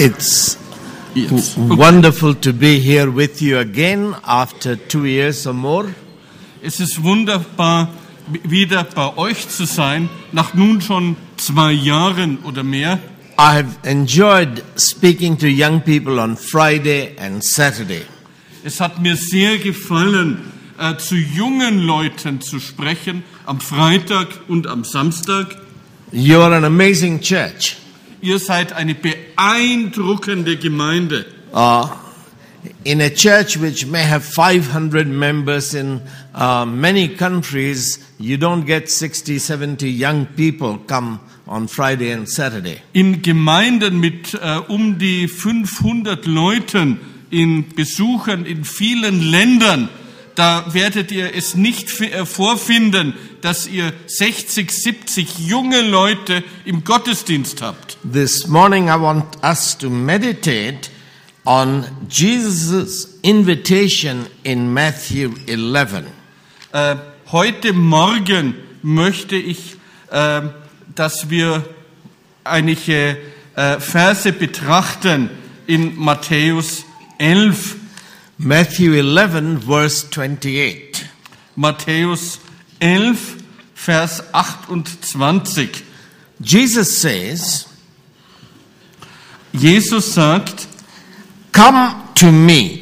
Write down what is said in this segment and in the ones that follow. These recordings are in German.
It's wonderful to be here with you again after 2 years or more. Es ist wunderbar, wieder bei euch zu sein, nach nun schon 2 Jahren oder mehr. I have enjoyed speaking to young people on Friday and Saturday. Es hat mir sehr gefallen, zu jungen Leuten zu sprechen, am Freitag und am Samstag. You are an amazing church. Ihr seid eine beeindruckende Gemeinde. In a church which may have 500 members in many countries, you don't get 60, 70 young people come on Friday and Saturday. In Gemeinden mit um die 500 Leuten, in Besuchern in vielen Ländern, da werdet ihr es nicht vorfinden, dass ihr 60, 70 junge Leute im Gottesdienst habt. This morning I want us to meditate on Jesus' invitation in Matthew 11. Heute Morgen möchte ich, dass wir einige Verse betrachten in Matthäus 11. Matthew 11, verse 28. Matthäus 11, Vers 28. Jesus says, Jesus sagt, "Come to me,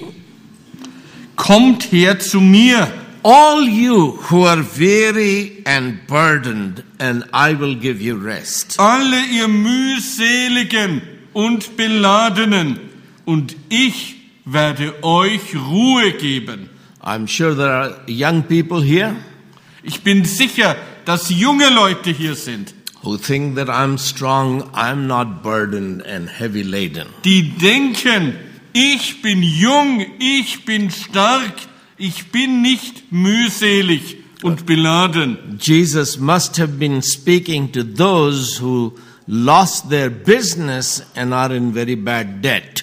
kommt her zu mir, all you who are weary and burdened, and I will give you rest." alle ihr mühseligen und beladenen, und ich werde euch Ruhe geben. I'm sure there are young people here Ich bin sicher, dass junge Leute hier sind, who think that I'm strong, I'm not burdened and heavy laden. die denken, ich bin jung, ich bin stark, ich bin nicht mühselig und beladen. Jesus must have been speaking to those who lost their business and are in very bad debt.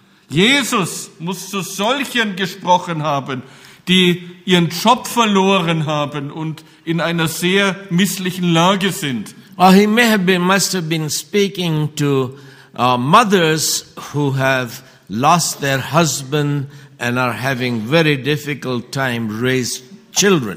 Jesus muss zu solchen gesprochen haben, die ihren Job verloren haben und in einer sehr misslichen Lage sind. Or he must have been speaking to mothers who have lost their husband and are having very difficult time raise children.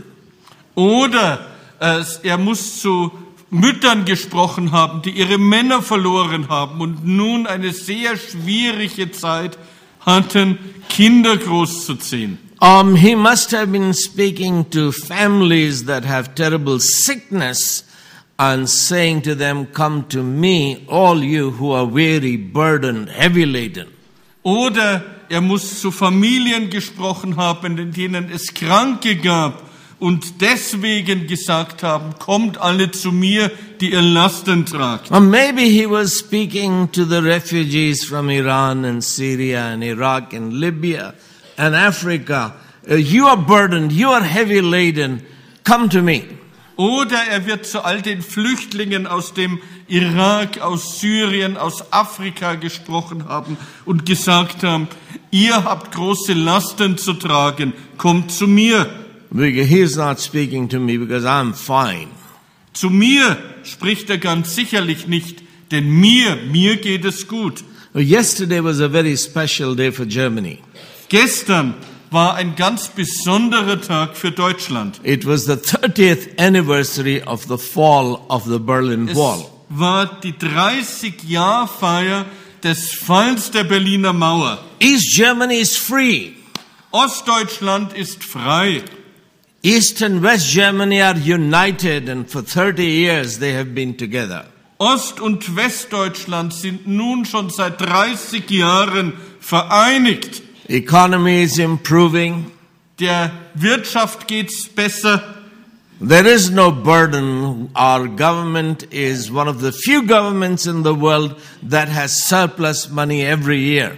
Oder er muss zu Müttern gesprochen haben, die ihre Männer verloren haben und nun eine sehr schwierige Zeit hatten, Kinder großzuziehen. He must have been speaking to families that have terrible sickness and saying to them, "Come to me, all you who are weary, burdened, heavy laden." Oder er muss zu Familien gesprochen haben, in denen es Kranke gab und deswegen gesagt haben, kommt alle zu mir, die ihr Lasten tragt. Or maybe he was speaking to the refugees from Iran and Syria and Iraq and Libya and Africa. You are burdened, you are heavy laden, come to me. Oder er wird zu all den Flüchtlingen aus dem Irak, aus Syrien, aus Afrika gesprochen haben und gesagt haben, ihr habt große Lasten zu tragen, kommt zu mir. He is not speaking to me because I'm fine. Zu mir spricht er ganz sicherlich nicht, denn mir geht es gut. Yesterday was a very special day for Germany. Gestern war ein ganz besonderer Tag für Deutschland. It was the 30th anniversary of the fall of the Berlin Wall. Es war die 30-Jahr-Feier des Falls der Berliner Mauer. East Germany is free. Ostdeutschland ist frei. East and West Germany are united, and for 30 years they have been together. Ost- und Westdeutschland sind nun schon seit 30 Jahren vereinigt. Economy is improving. Der Wirtschaft geht's besser. There is no burden. Our government is one of the few governments in the world that has surplus money every year.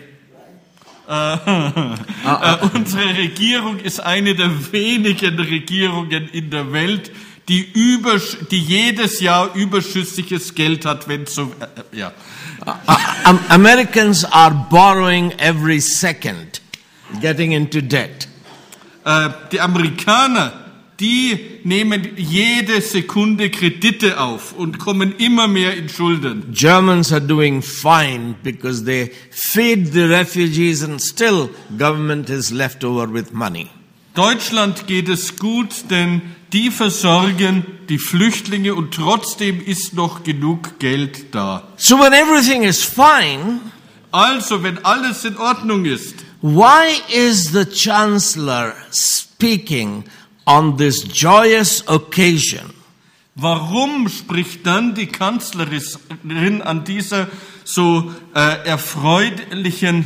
Unsere Regierung ist eine der wenigen Regierungen in der Welt, die jedes Jahr überschüssiges Geld hat, wenn so ja. Americans are borrowing every second, getting into debt. Die Amerikaner die nehmen jede Sekunde Kredite auf und kommen immer mehr in Schulden. Germans are doing fine because they feed the refugees and still government is left over with money. Deutschland geht es gut, denn die versorgen die Flüchtlinge und trotzdem ist noch genug Geld da. So when everything is fine, Also, wenn alles in Ordnung ist, why is the Chancellor speaking on this joyous occasion? warum spricht dann die Kanzlerin an dieser so erfreulichen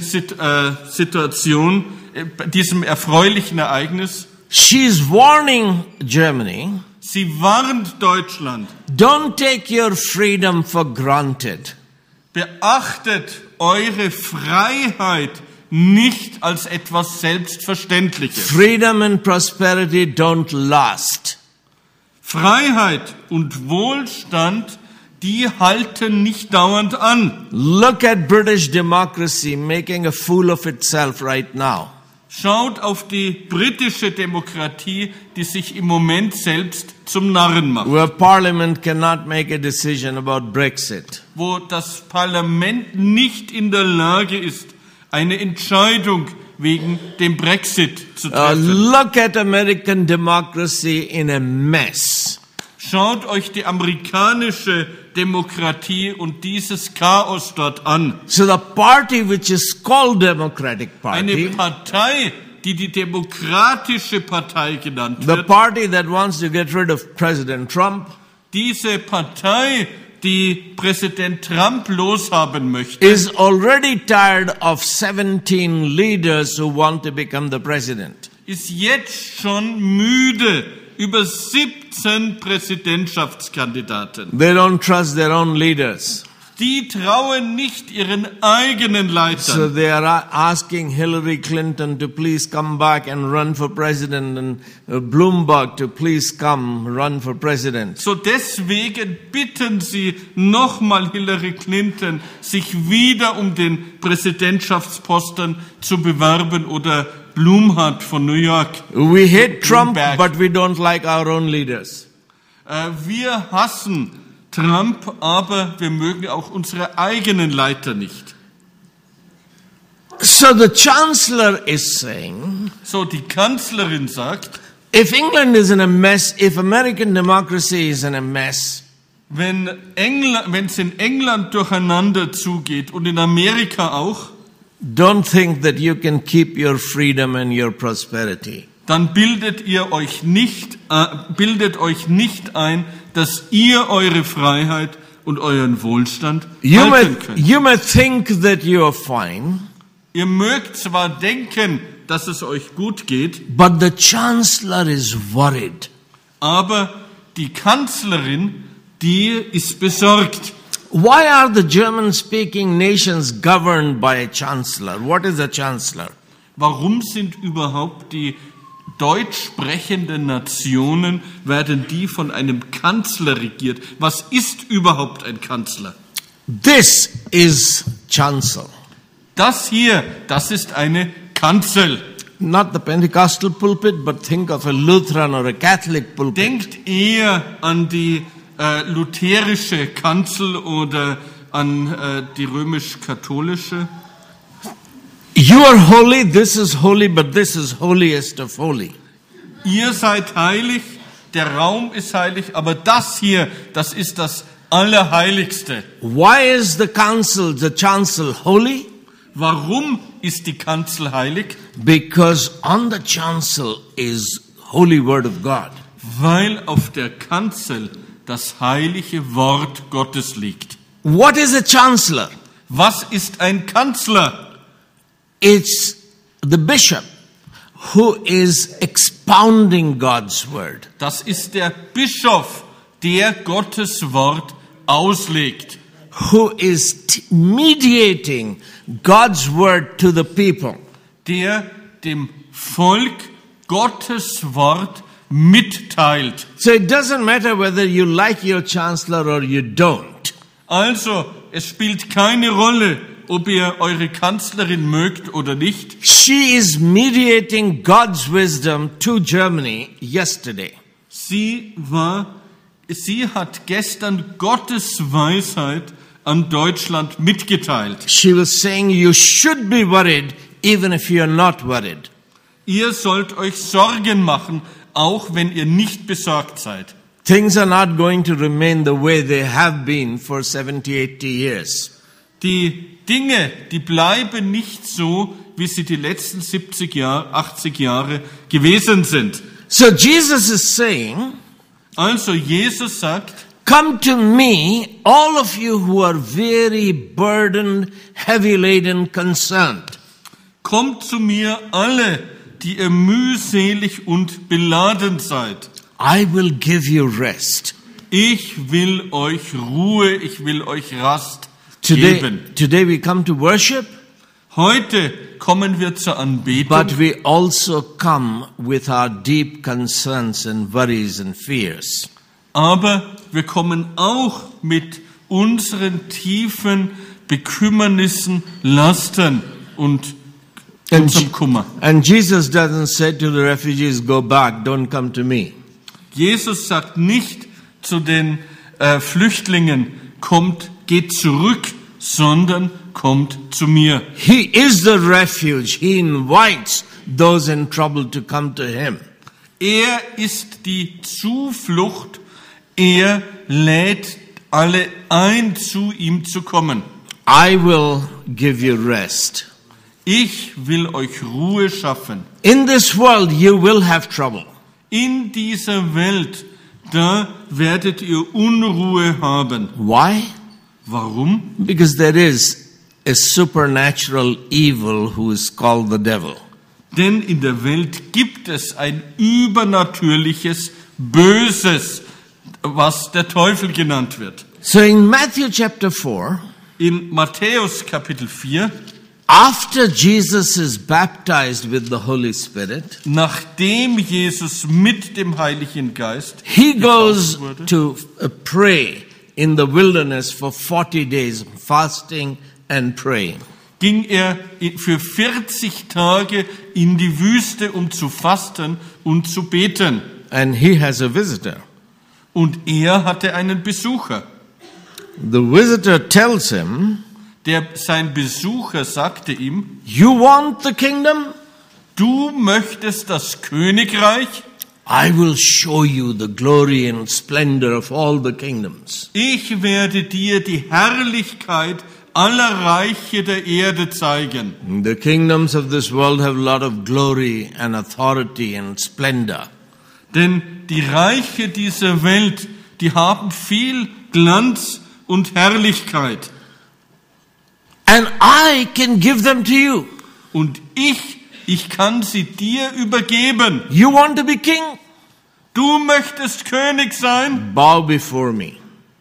Situation, diesem erfreulichen Ereignis? She's warning Germany, Sie warnt Deutschland, don't take your freedom for granted. beachtet eure Freiheit nicht als etwas Selbstverständliches. Freedom and prosperity don't last. Freiheit und Wohlstand, die halten nicht dauernd an. Look at British democracy making a fool of itself right now. Schaut auf die britische Demokratie, die sich im Moment selbst zum Narren macht. Where Parliament cannot make a decision about Brexit. Wo das Parlament nicht in der Lage ist, eine Entscheidung wegen dem Brexit zu treffen. Look at American democracy in a mess. Schaut euch die amerikanische Demokratie und dieses Chaos dort an. So the party which is called Democratic Eine Party, Partei, die die Demokratische Partei genannt the wird, party that wants to get rid of President Trump, diese Partei, die Präsident Trump loshaben möchte, is already tired of 17 leaders who want to become the president. ist jetzt schon müde über 17 Präsidentschaftskandidaten. They don't trust their own leaders. Die trauen nicht ihren eigenen So Leitern. they are asking Hillary Clinton to please come back and run for president and Bloomberg to please come run for president. So deswegen bitten sie nochmal Hillary Clinton, sich wieder um den Präsidentschaftsposten zu bewerben oder Blumhardt von New York. We hate Trump, Bloomberg. but we don't like our own leaders. Wir hassen Trump, aber wir mögen auch unsere eigenen Leiter nicht. So the chancellor is saying, So, die Kanzlerin sagt, if England is in a mess, if American democracy is in a mess, wenn es in England durcheinander zugeht und in Amerika auch, don't think that you can keep your freedom and your prosperity. dann bildet euch nicht ein, dass ihr eure Freiheit und euren Wohlstand halten könnt. You may think that you are fine, Ihr mögt zwar denken, dass es euch gut geht, but the chancellor is worried. aber die Kanzlerin, die ist besorgt. Why are the German-speaking nations governed by a chancellor? What is a chancellor? Warum sind überhaupt die deutsch sprechenden Nationen, werden die von einem Kanzler regiert? Was ist überhaupt ein Kanzler? This is chancel. Das hier, das ist eine Kanzel. Not the Pentecostal pulpit, but think of a Lutheran or a Catholic pulpit. Denkt eher an die lutherische Kanzel oder an die römisch-katholische. You are holy, this is holy, but this is holiest of holy. Ihr seid heilig, der Raum ist heilig, aber das hier, das ist das Allerheiligste. Why is the chancel holy? Warum ist die Kanzel heilig? Because on the chancel is holy word of God. Weil auf der Kanzel das heilige Wort Gottes liegt. What is a chancellor? Was ist ein Kanzler? It's the bishop who is expounding God's word. Das ist der Bischof, der Gottes Wort auslegt. Who is mediating God's word to the people. Der dem Volk Gottes Wort mitteilt. So it doesn't matter whether you like your chancellor or you don't. Also, es spielt keine Rolle, ob ihr eure Kanzlerin mögt oder nicht. She is mediating God's wisdom to Germany yesterday. Sie hat gestern Gottes Weisheit an Deutschland mitgeteilt. She was saying you should be worried even if you're not worried. Ihr sollt euch Sorgen machen, auch wenn ihr nicht besorgt seid. Things are not going to remain the way they have been for 70, 80 years. Die Dinge, die bleiben nicht so, wie sie die letzten 80 Jahre gewesen sind. So Jesus is saying, Also Jesus sagt, come to me, all of you who are very burdened, heavy laden, concerned. kommt zu mir alle, die ihr mühselig und beladen seid. I will give you rest. Ich will euch Ruhe, ich will euch Rast geben. Today we come to worship, Heute kommen wir zur Anbetung, but we also come with our deep concerns and worries and fears. aber wir kommen auch mit unseren tiefen Bekümmernissen, Lasten und unserem Kummer. And Jesus doesn't say to the refugees, go back, don't come to me. Jesus sagt nicht zu den Flüchtlingen, geht zurück, sondern kommt zu mir. He is the refuge. He invites those in trouble to come to him. Er ist die Zuflucht. Er lädt alle ein, zu ihm zu kommen. I will give you rest. Ich will euch Ruhe schaffen. In this world you will have trouble. In dieser Welt, da werdet ihr Unruhe haben. Why? Warum? Because there is a supernatural evil who is called the devil. Denn in der Welt gibt es ein übernatürliches Böses, was der Teufel genannt wird. So in Matthew chapter 4, In Matthäus Kapitel 4, after Jesus is baptized with the Holy Spirit, nachdem Jesus mit dem Heiligen Geist he goes getauft wurde, to pray in the wilderness for 40 days, fasting and praying. ging er für 40 Tage in die Wüste, um zu fasten und zu beten. And he has a visitor. Und er hatte einen Besucher. The visitor tells him, Sein Besucher sagte ihm, you want the kingdom? du möchtest das Königreich? I will show you the glory and splendor of all the kingdoms. Ich werde dir die Herrlichkeit aller Reiche der Erde zeigen. The kingdoms of this world have a lot of glory and authority and splendor. Denn die Reiche dieser Welt, die haben viel Glanz und Herrlichkeit. And I can give them to you. Und ich kann sie dir übergeben. You want to be king? Du möchtest König sein? Bow before me.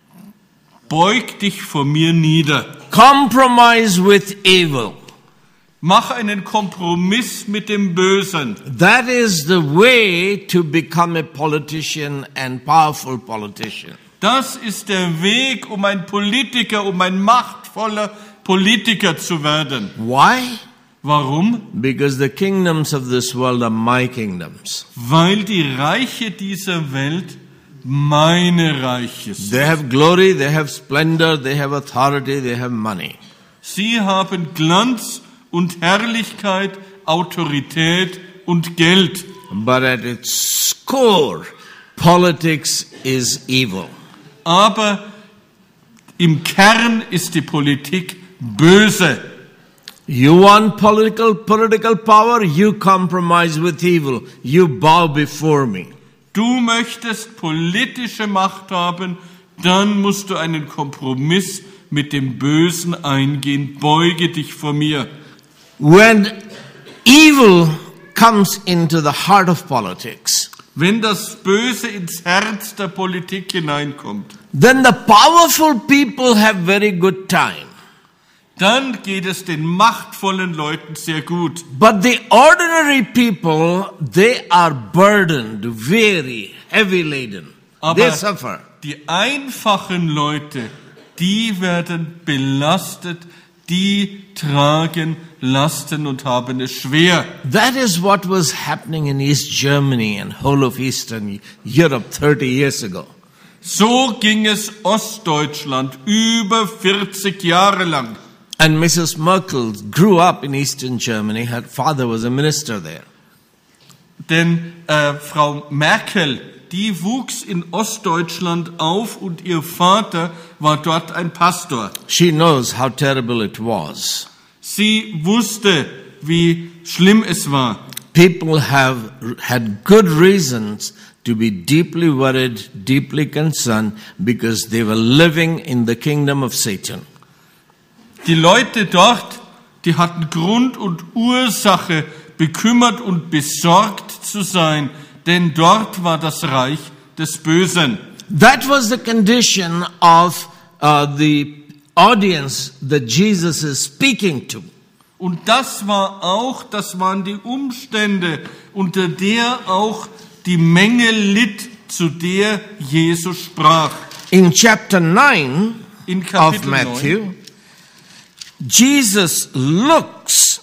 Beug dich vor mir nieder. Compromise with evil. Mach einen Kompromiss mit dem Bösen. That is the way to become a politician and powerful politician. Das ist der Weg, um ein machtvoller Politiker zu werden. Why? Warum? Because the kingdoms of this world are my kingdoms. Weil die Reiche dieser Welt meine Reiche sind. They have glory, they have splendor, they have authority, they have money. Sie haben Glanz und Herrlichkeit, Autorität und Geld. But at its core, politics is evil. Aber im Kern ist die Politik böse. You want political power, you compromise with evil. You bow before me. Du möchtest politische Macht haben, dann musst du einen Kompromiss mit dem Bösen eingehen. Beuge dich vor mir. When evil comes into the heart of politics, Wenn das Böse ins Herz der Politik hineinkommt, then the powerful people have very good time. dann geht es den machtvollen Leuten sehr gut. But the ordinary people, they are burdened, weary, heavy laden. They Aber suffer. die einfachen Leute, die werden belastet, die tragen Lasten und haben es schwer. That is what was happening in East Germany and whole of Eastern Europe 30 years ago. So ging es Ostdeutschland über 40 Jahre lang. And Mrs. Merkel grew up in Eastern Germany. Her father was a minister there. Denn Frau Merkel, die wuchs in Ostdeutschland auf und ihr Vater war dort ein Pastor. She knows how terrible it was. Sie wusste, wie schlimm es war. People have had good reasons to be deeply worried, deeply concerned, because they were living in the kingdom of Satan. Die Leute dort, die hatten Grund und Ursache, bekümmert und besorgt zu sein, denn dort war das Reich des Bösen. That was the condition of the audience that Jesus is speaking to. Und das waren die Umstände, unter der auch die Menge litt, zu der Jesus sprach. In chapter 9 In of Kapitel 9, Matthew, Jesus looks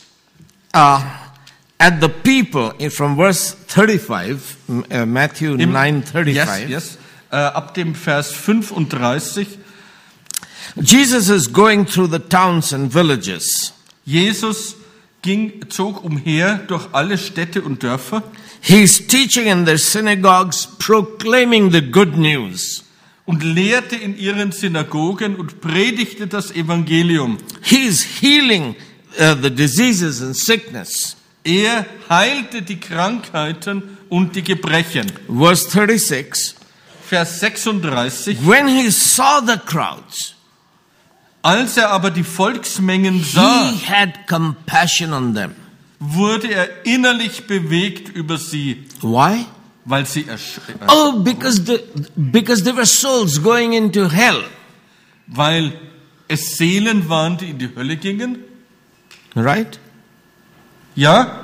at the people from verse 35, Matthew 9:35. Yes. Ab dem Vers 35. Jesus is going through the towns and villages. Jesus zog umher durch alle Städte und Dörfer. He's teaching in their synagogues, proclaiming the good news. Und lehrte in ihren Synagogen und predigte das Evangelium. He's healing the diseases and sickness. Er heilte die Krankheiten und die Gebrechen. Verse 36. Vers 36. When he saw the crowds, Als er aber die Volksmengen sah, he had compassion on them. wurde er innerlich bewegt über sie, Why? weil sie Oh, because there were souls going into hell. weil es Seelen waren, die in die Hölle gingen. Right? Ja,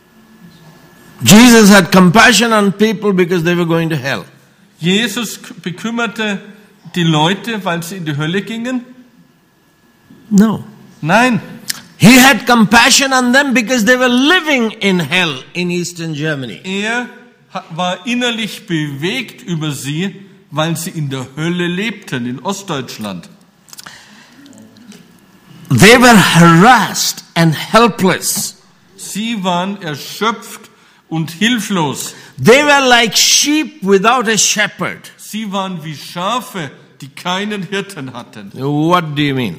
Jesus had compassion on people because they were going to hell. Jesus bekümmerte die Leute, weil sie in die Hölle gingen. No. Nein, He had compassion on them because they were living in hell in Eastern Germany. er war innerlich bewegt über sie, weil sie in der Hölle lebten, in Ostdeutschland. They were harassed and helpless. Sie waren erschöpft und hilflos. They were like sheep without a shepherd. Sie waren wie Schafe, die keinen Hirten hatten. What do you mean?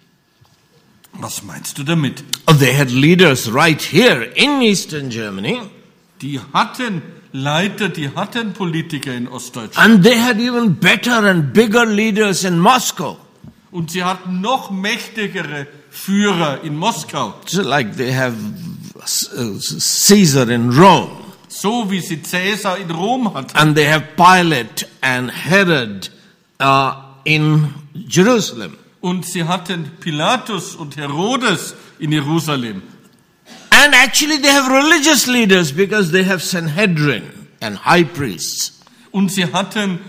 Was meinst du damit? Oh, they had leaders right here in Eastern Germany, Die hatten Leiter, die hatten Politiker in Ostdeutschland. and they had even better and bigger leaders in Moscow. Und sie hatten noch mächtigere Führer in Moskau. So like they have Caesar in Rome, So wie sie Cäsar in Rom hatten. and they have Pilate and Herod in Jerusalem. Und sie hatten Pilatus und Herodes in Jerusalem. And actually they have religious leaders because they have Sanhedrin and high priests. Und sie hatten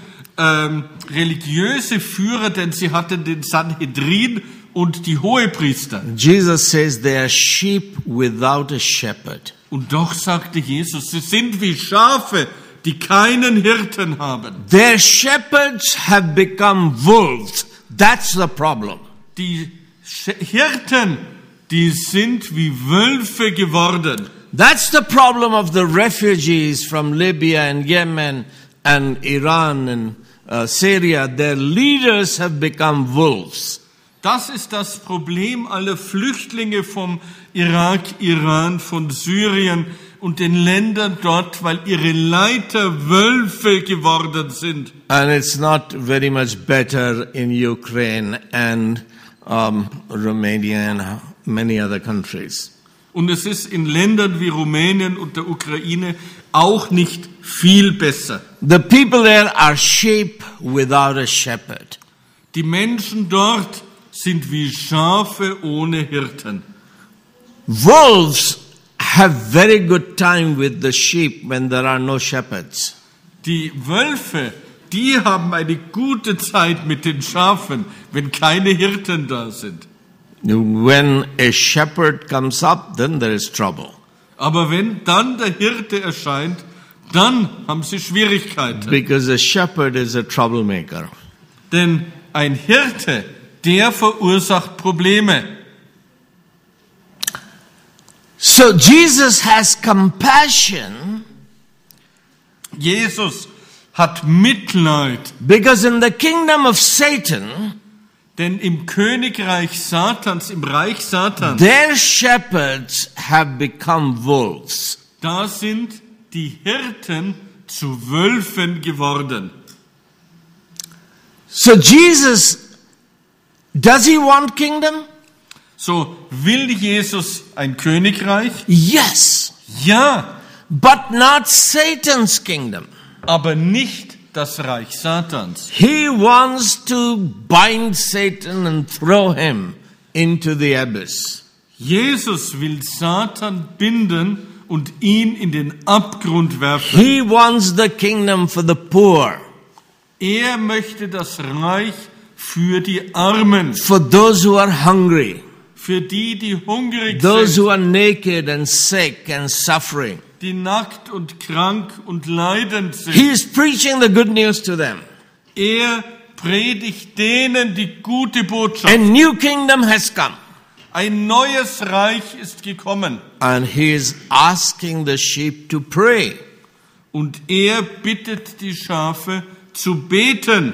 religiöse Führer, denn sie hatten den Sanhedrin und die Hohepriester. Jesus says they are sheep without a shepherd. Und doch sagte Jesus, sie sind wie Schafe, die keinen Hirten haben. Their shepherds have become wolves. That's the problem. Die Hirten, die sind wie Wölfe geworden. That's the problem of the refugees from Libya and Yemen and Iran and Syria. Their leaders have become wolves. Das ist das Problem aller Flüchtlinge vom Irak, Iran, von Syrien und den Ländern dort, weil ihre Leiter Wölfe geworden sind. And it's not very much better in Ukraine and Romania and many other countries. Und es ist in Ländern wie Rumänien und der Ukraine auch nicht viel besser. The people there are sheep without a shepherd. Die Menschen dort sind wie Schafe ohne Hirten. Wolves have very good time with the sheep when there are no shepherds. Die Wölfe, die haben eine gute Zeit mit den Schafen, wenn keine Hirten da sind. When a shepherd comes up, then there is trouble. Aber wenn dann der Hirte erscheint, dann haben sie Schwierigkeiten. Because a shepherd is a troublemaker. Denn ein Hirte, der verursacht Probleme. So Jesus has compassion. Jesus hat Mitleid, Because in the kingdom of Satan, denn im Königreich Satans, im Reich Satans, their shepherds have become wolves. da sind die Hirten zu Wölfen geworden. So Jesus, does he want kingdom? So, will Jesus ein Königreich? Yes, Ja, but not Satan's kingdom. aber nicht das Reich Satans. He wants to bind Satan and throw him into the abyss. Jesus will Satan binden und ihn in den Abgrund werfen. He wants the kingdom for the poor, Er möchte das Reich für die Armen, for those who are hungry, für die hungrig those sind, who are naked and sick and suffering. die nackt und krank und leidend He sind. is preaching the good news to them. Er predigt denen die gute Botschaft. A new kingdom has come. Ein neues Reich ist gekommen. And he is asking the sheep to pray. Und er bittet die Schafe zu beten.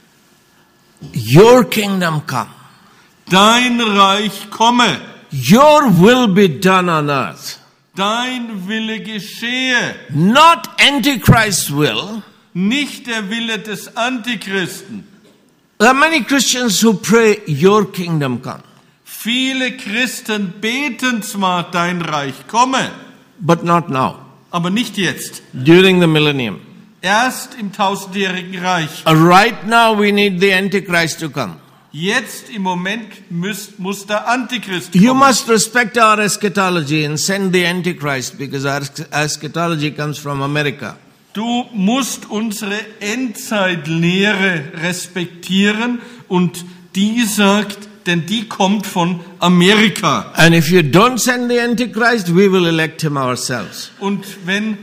Your kingdom come. Dein Reich komme. Your will be done on earth. Dein Wille geschehe. Not Antichrist's will. Nicht der Wille des Antichristen. There are many Christians who pray, your kingdom come. Viele Christen beten zwar, dein Reich komme, But not now. aber nicht jetzt. During the millennium. Erst im tausendjährigen Reich. Right now we need the Antichrist to come. Jetzt im Moment muss der Antichrist You kommen. must respect our eschatology and send the Antichrist because our eschatology comes from America. Du musst unsere Endzeitlehre respektieren und die sagt, denn die kommt von Amerika. And if you don't send the Antichrist, we will elect him ourselves. Und wenn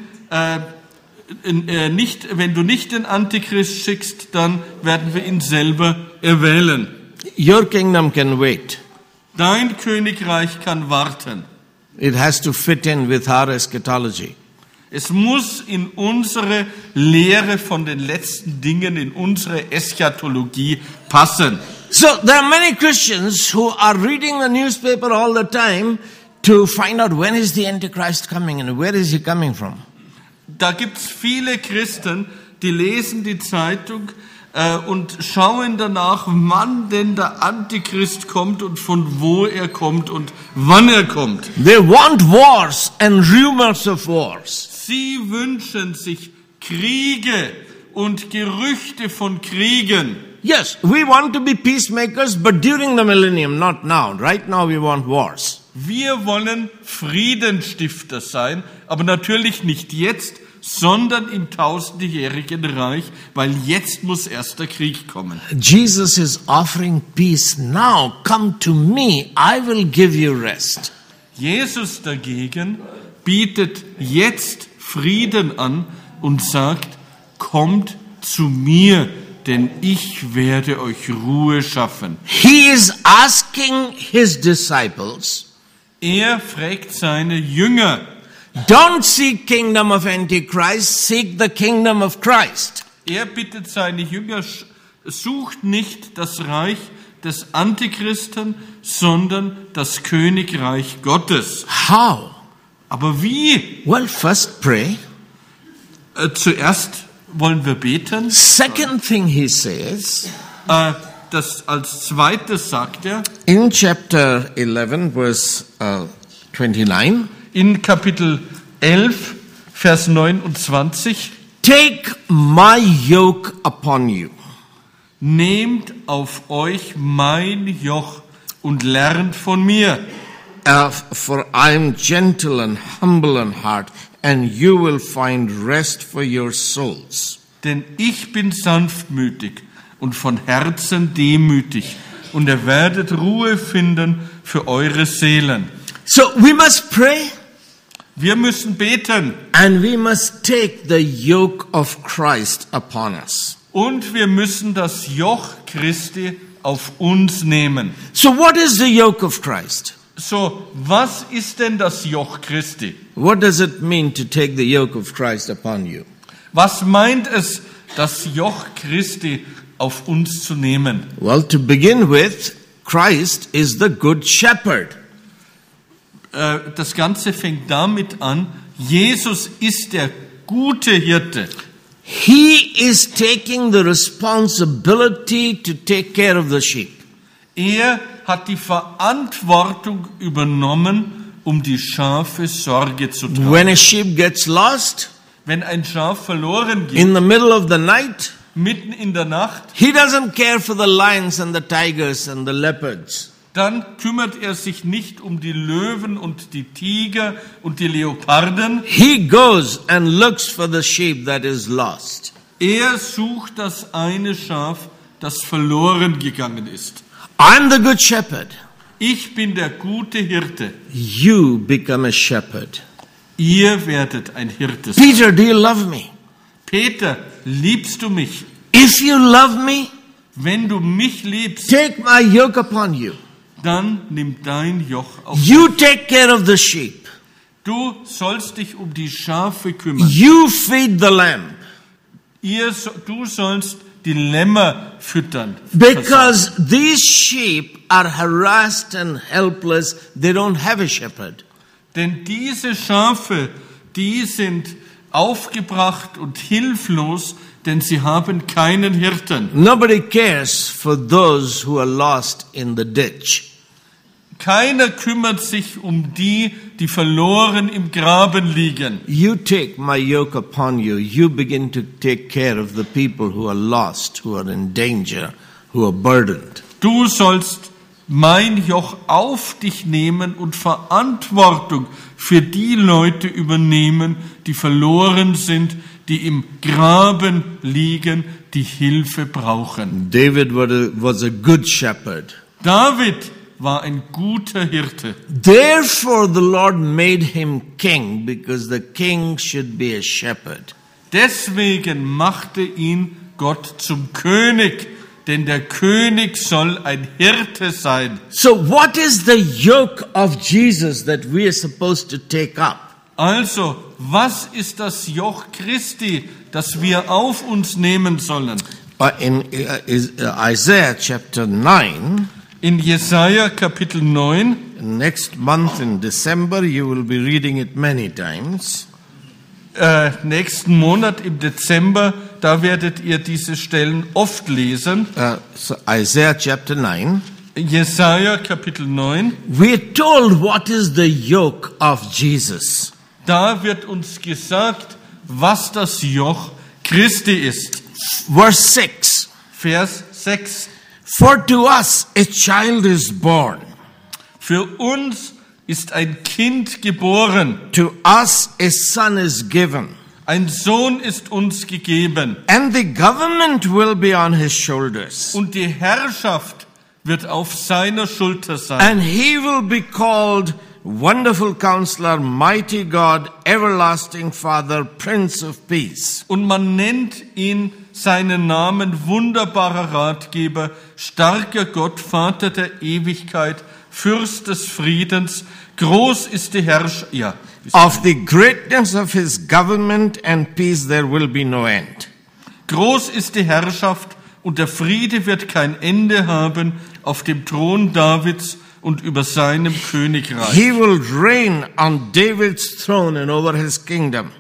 du nicht den Antichrist schickst, dann werden wir ihn selber erwählen. Your kingdom can wait. Dein Königreich kann warten. It has to fit in with our eschatology. Es muss in unsere Lehre von den letzten Dingen, in unsere Eschatologie passen. So there are many Christians who are reading the newspaper all the time to find out when is the Antichrist coming and where is he coming from. Da gibt's viele Christen, die lesen die Zeitung und schauen danach, wann denn der Antichrist kommt und von wo er kommt und wann er kommt. They want wars and rumors of wars. Sie wünschen sich Kriege und Gerüchte von Kriegen. Yes, we want to be peacemakers, but during the millennium, not now. Right now we want wars. Wir wollen Friedensstifter sein, aber natürlich nicht jetzt, sondern im tausendjährigen Reich, weil jetzt muss erst der Krieg kommen. Jesus is offering peace now. Come to me, I will give you rest. Jesus dagegen bietet jetzt Frieden an und sagt, kommt zu mir, denn ich werde euch Ruhe schaffen. He is asking his disciples, Er fragt seine Jünger, don't seek kingdom of Antichrist, seek the kingdom of Christ. er bittet seine Jünger, sucht nicht das Reich des Antichristen, sondern das Königreich Gottes. How? Aber wie? Well, first pray. Zuerst wollen wir beten. Second thing he says, Das als zweites sagt er, in chapter 11, verse 29, in Kapitel 11, Vers 29, take my yoke upon you. nehmt auf euch mein Joch und lernt von mir. For I am gentle and humble in heart, and you will find rest for your souls. Denn ich bin sanftmütig und von Herzen demütig, und ihr werdet Ruhe finden für eure Seelen. So we must pray Wir müssen beten and we must take the yoke of Christ upon us. und wir müssen das Joch Christi auf uns nehmen. So what is the yoke of Christ? So, was ist denn das Joch Christi? What does it mean to take the yoke of Christ upon you? Was meint es, das Joch Christi auf uns zu nehmen? Well, to begin with, Christ is the good shepherd. Das Ganze fängt damit an, Jesus ist der gute Hirte. He is taking the responsibility to take care of the sheep. Er hat die Verantwortung übernommen, um die Schafe Sorge zu tragen. When a sheep gets lost Wenn ein Schaf verloren geht, in the middle of the night, mitten in der Nacht, he doesn't care for the lions and the tigers and the leopards. dann kümmert er sich nicht um die Löwen und die Tiger und die Leoparden. He goes and looks for the sheep that is lost. Er sucht das eine Schaf, das verloren gegangen ist. I'm the good shepherd. Ich bin der gute Hirte. You become a shepherd. Ihr werdet ein Hirte sein. Peter, do you love me? Peter, liebst du mich? If you love me, Wenn du mich liebst, take my yoke upon you. dann nimm dein Joch auf. You take care of the sheep. Du sollst dich um die Schafe kümmern. You feed the lamb. Du sollst die Lämmer füttern. Because these sheep are harassed and helpless. They don't have a shepherd. Denn diese Schafe, die sind aufgebracht und hilflos, denn sie haben keinen Hirten. Nobody cares for those who are lost in the ditch. Keiner kümmert sich um die, die verloren im Graben liegen. You take my yoke upon you. You begin to take care of the people who are lost, who are in danger, who are burdened. Du sollst mein Joch auf dich nehmen und Verantwortung für die Leute übernehmen, die verloren sind, die im Graben liegen, die Hilfe brauchen. David was a good shepherd. David war ein guter Hirte. Therefore the Lord made him king, because the king should be a shepherd. Deswegen machte ihn Gott zum König, denn der König soll ein Hirte sein. So what is the yoke of Jesus that we are supposed to take up? Also, was ist das Joch Christi, das wir auf uns nehmen sollen? In Isaiah chapter 9, In Jesaja Kapitel 9, next month in December, you will be reading it many times. Nächsten Monat im Dezember, da werdet ihr diese Stellen oft lesen. So Isaiah chapter 9. Jesaja Kapitel 9, We're told what is the yoke of Jesus. da wird uns gesagt, was das Joch Christi ist. Verse 6. Vers 6. For to us a child is born, Für uns ist ein Kind geboren, to us a son is given, ein Sohn ist uns gegeben and the government will be on his shoulders. und die Herrschaft wird auf seiner Schulter sein. And he will be called Wonderful Counselor, Mighty God, Everlasting Father, Prince of Peace. Und man nennt ihn seinen Namen wunderbarer Ratgeber, starker Gott, Vater der Ewigkeit, Fürst des Friedens, groß ist die Herrschaft. Ja. Of the greatness of his government and peace there will be no end. Groß ist die Herrschaft und der Friede wird kein Ende haben auf dem Thron Davids und über seinem Königreich. He will reign on David's throne and over his kingdom.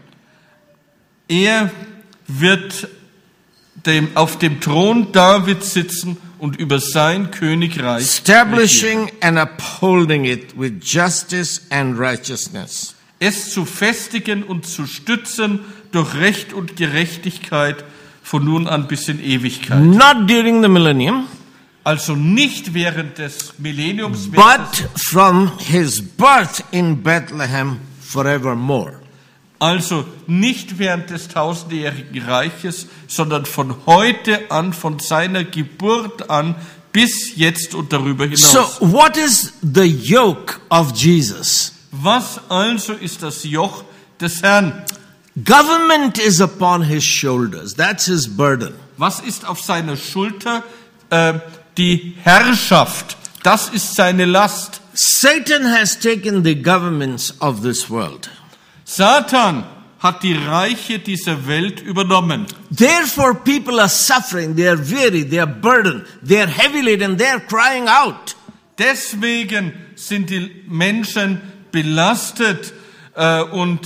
Er wird auf dem Thron Davids sitzen und über sein Königreich Establishing and upholding it with justice and righteousness. es zu festigen und zu stützen durch Recht und Gerechtigkeit von nun an bis in Ewigkeit. Not during the millennium, Also nicht während des Millenniums, but from his birth in Bethlehem forevermore. also nicht während des tausendjährigen Reiches, sondern von heute an, von seiner Geburt an bis jetzt und darüber So, hinaus. what is the yoke of Jesus? Was also ist das Joch des Herrn? Government is upon his shoulders. That's his burden. Was ist auf seiner Schulter? Die Herrschaft. Das ist seine Last. Satan has taken the governments of this world. Satan hat die Reiche dieser Welt übernommen. Therefore, people are suffering. They are weary. They are burdened. They are heavy laden. They are crying out. Deswegen sind die Menschen belastet und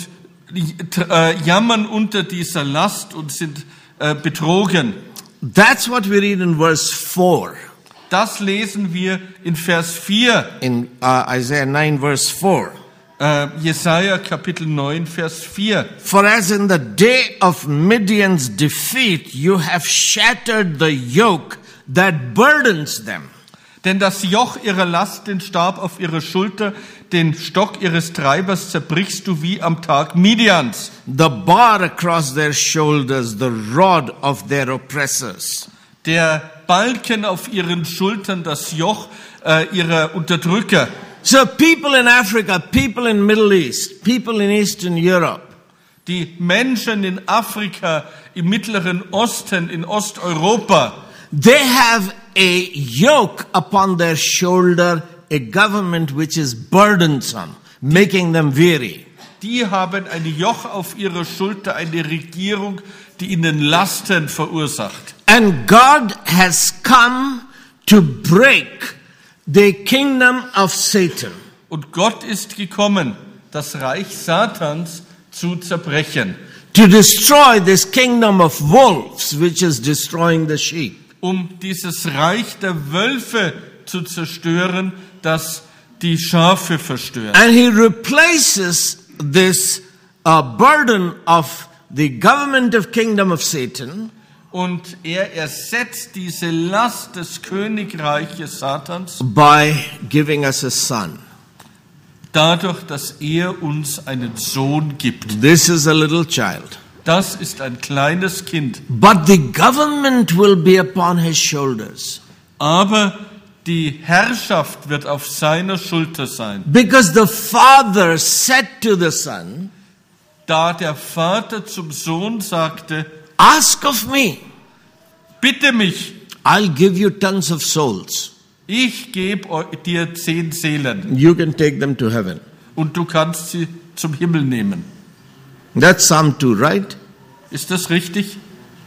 jammern unter dieser Last und sind betrogen. That's what we read in verse 4. Das lesen wir in Vers 4. In Isaiah 9, verse 4. Jesaja Kapitel 9, Vers 4. For as in the day of Midian's defeat, you have shattered the yoke that burdens them. Denn das Joch ihrer Last, den Stab auf ihrer Schulter, den Stock ihres Treibers zerbrichst du wie am Tag Midians. The bar across their shoulders, the rod of their oppressors. Der Balken auf ihren Schultern, das Joch ihrer Unterdrücker. So people in Africa, people in Middle East, people in Eastern Europe, Die Menschen in Afrika, im Mittleren Osten, in Osteuropa, they have a yoke upon their shoulder, a government which is burdensome, making them weary. die haben ein Joch auf ihrer Schulter, eine Regierung, die ihnen Lasten verursacht. And God has come to break the kingdom of Satan. Und Gott ist gekommen, das Reich Satans zu zerbrechen, To destroy this kingdom of wolves, which is destroying the sheep. dieses Reich der Wölfe zu zerstören, das die Schafe verstört. And he replaces this burden of the government of kingdom of Satan Und er ersetzt diese Last des Königreiches Satans by giving us a son. dadurch, dass er uns einen Sohn gibt. This is a little child. Das ist ein kleines Kind. But the government will be upon his shoulders. Aber die Herrschaft wird auf seiner Schulter sein. Because the father said to the son, Da der Vater zum Sohn sagte, ask of me, bitte mich, I'll give you tons of souls. ich gebe dir 10 Seelen You can take them to heaven. und du kannst sie zum Himmel nehmen. That's Psalm 2, right? Ist das richtig?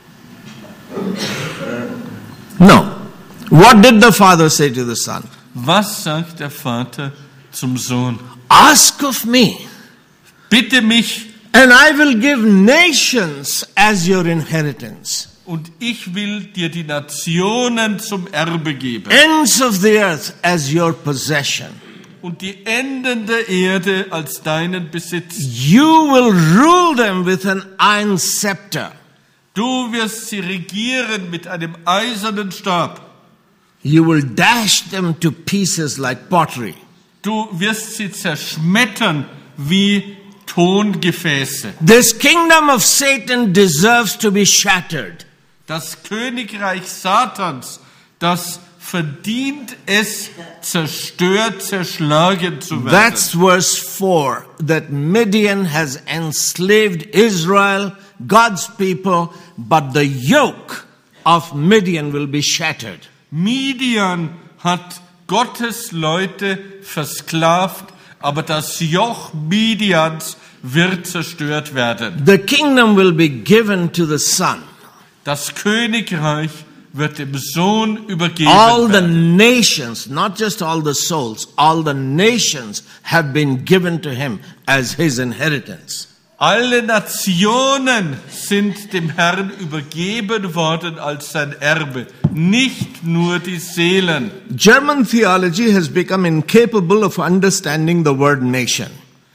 No. What did the father say to the son? Was sagt der Vater zum Sohn? Ask of me, Bitte mich and I will give nations as your inheritance, und ich will dir die Nationen zum Erbe geben ends of the earth as your possession. und die Enden der Erde als deinen Besitz. You will rule them with an iron scepter. Du wirst sie regieren mit einem eisernen Stab. You will dash them to pieces like pottery. Du wirst sie zerschmettern wie Tongefäße. This kingdom of Satan deserves to be shattered. Das Königreich Satans, das verdient es, zerstört, zerschlagen zu werden. That's verse 4, that Midian has enslaved Israel, God's people, but the yoke of Midian will be shattered. Midian hat Gottes Leute versklavt, aber das Joch Midians wird zerstört werden. The kingdom will be given to the son. Das Königreich wird dem Sohn übergeben All the werden. nations, not just all the souls, all the nations have been given to him as his inheritance. Alle Nationen sind dem Herrn übergeben worden als sein Erbe, nicht nur die Seelen. German theology has become incapable of understanding the word nation.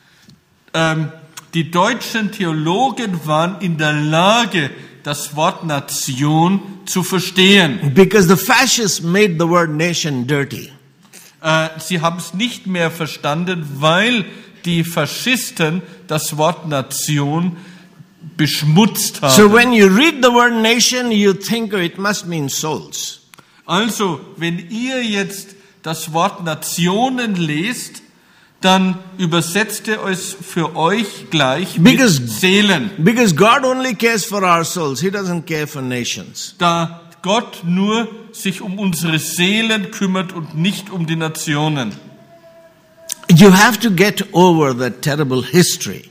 Die deutschen Theologen waren in der Lage, das Wort Nation zu verstehen. Because the fascists made the word nation dirty. Sie haben es nicht mehr verstanden, weil die Faschisten das Wort Nation beschmutzt haben. So when you read the word nation, you think, oh, it must mean souls. Also, wenn ihr jetzt das Wort Nationen lest, dann übersetzt ihr es für euch gleich mit Seelen. Because God only cares for our souls. He doesn't care for nations. Da Gott nur sich um unsere Seelen kümmert und nicht um die Nationen. You have to get over that terrible history.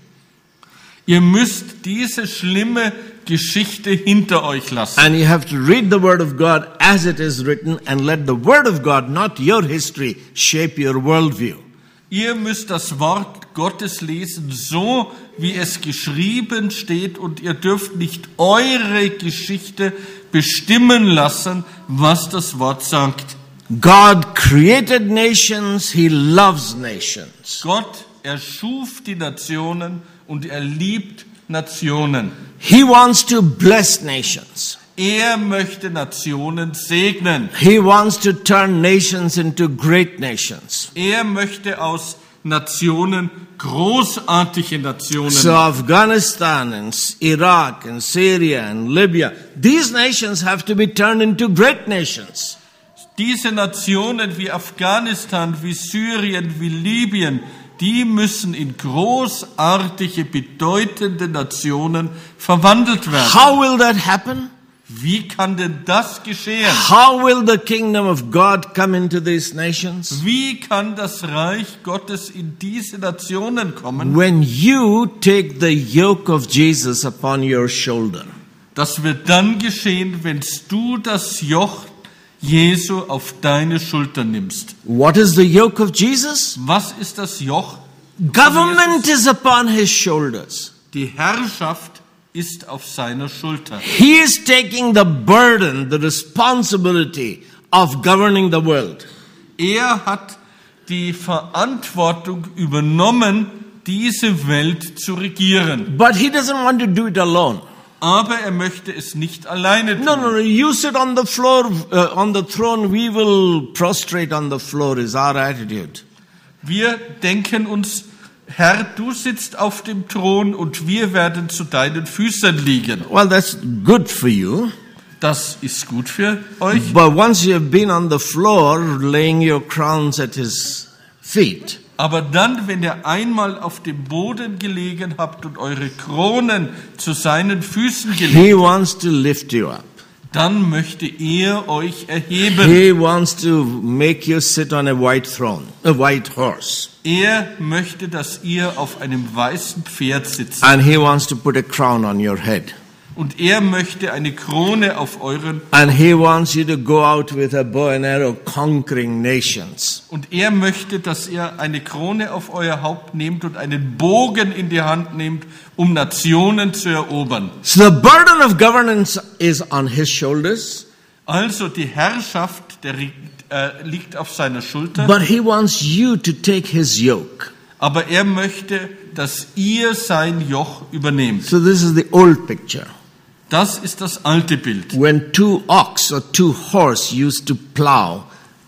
Ihr müsst diese schlimme Geschichte hinter euch lassen. And you have to read the Word of God as it is written and let the Word of God, not your history, shape your worldview. Ihr müsst das Wort Gottes lesen, so wie es geschrieben steht, und ihr dürft nicht eure Geschichte bestimmen lassen, was das Wort sagt. God created nations, He loves nations. Gott erschuf die Nationen und er liebt Nationen. He wants to bless nations. Er möchte Nationen segnen. He wants to turn nations into great nations. Er möchte aus Nationen großartige Nationen. So Afghanistan and Iraq and Syria and Libya, these nations have to be turned into great nations. Diese Nationen wie Afghanistan, wie Syrien, wie Libyen, die müssen in großartige, bedeutende Nationen verwandelt werden. How will that happen? Wie kann denn das geschehen? How will the kingdom of God come into these nations? Wie kann das Reich Gottes in diese Nationen kommen? When you take the yoke of Jesus upon your shoulder. Das wird dann geschehen, wenn du das Joch Jesu auf deine Schulter nimmst. What is the yoke of Jesus? Was ist das Joch? Government is upon his shoulders. Die Herrschaft ist auf seiner Schulter. He is taking the burden, the responsibility of governing the world. Er hat die Verantwortung übernommen, diese Welt zu regieren. But he doesn't want to do it alone. Aber er möchte es nicht alleine tun. No, you sit on the floor, on the throne, we will prostrate on the floor is our attitude. Wir denken uns, Herr, du sitzt auf dem Thron und wir werden zu deinen Füßen liegen. Well, that's good for you. Das ist gut für euch. But once you have been on the floor, laying your crowns at his feet. Aber dann, wenn ihr einmal auf dem Boden gelegen habt und eure Kronen zu seinen Füßen gelegt He wants to lift you up. dann möchte er euch erheben. He wants to make you sit on a white throne, a white horse. Er möchte, dass ihr auf einem weißen Pferd sitzt. And he wants to put a crown on your head. Und er möchte eine Krone auf euren. And he wants you to go out with a bow and arrow conquering nations. Und er möchte, dass ihr eine Krone auf euer Haupt nehmt und einen Bogen in die Hand nehmt, um Nationen zu erobern. So the burden of governance is on his shoulders. Also die Herrschaft liegt auf seiner Schulter. But he wants you to take his yoke. Aber er möchte, dass ihr sein Joch übernehmt. So this is the old picture. Das ist das alte Bild. When two ox or two horse used to plow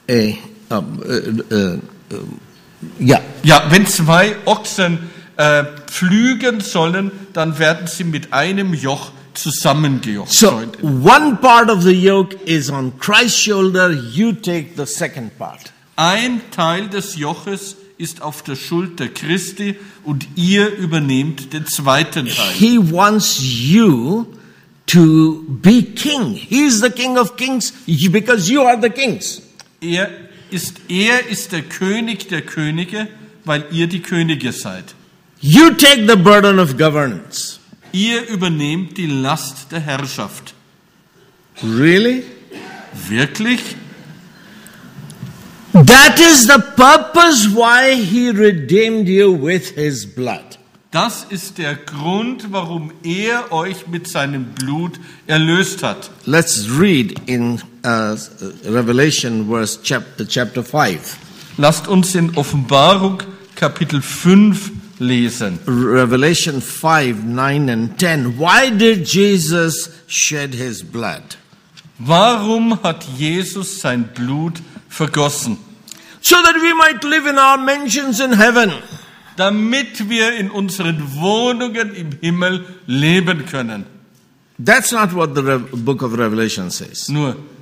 Ja, wenn zwei Ochsen pflügen sollen, dann werden sie mit einem Joch zusammengejocht. So one part of the yoke is on Christ's shoulder, you take the second part. Ein Teil des Joches ist auf der Schulter Christi und ihr übernehmt den zweiten Teil. He wants you to be king. He is the King of Kings because you are the kings. Er ist der König der Könige, weil ihr die Könige seid. You take the burden of governance. Ihr übernehmt die Last der Herrschaft. Really? Wirklich? That is the purpose why he redeemed you with his blood. Das ist der Grund, warum er euch mit seinem Blut erlöst hat. Let's read in Revelation chapter 5. Lasst uns in Offenbarung Kapitel 5 lesen. Revelation 5, 9 and 10. Why did Jesus shed his blood? Warum hat Jesus sein Blut vergossen? So that we might live in our mansions in heaven. Damit wir in unseren Wohnungen im Himmel leben können. That's not what the book of Revelation says. Nur,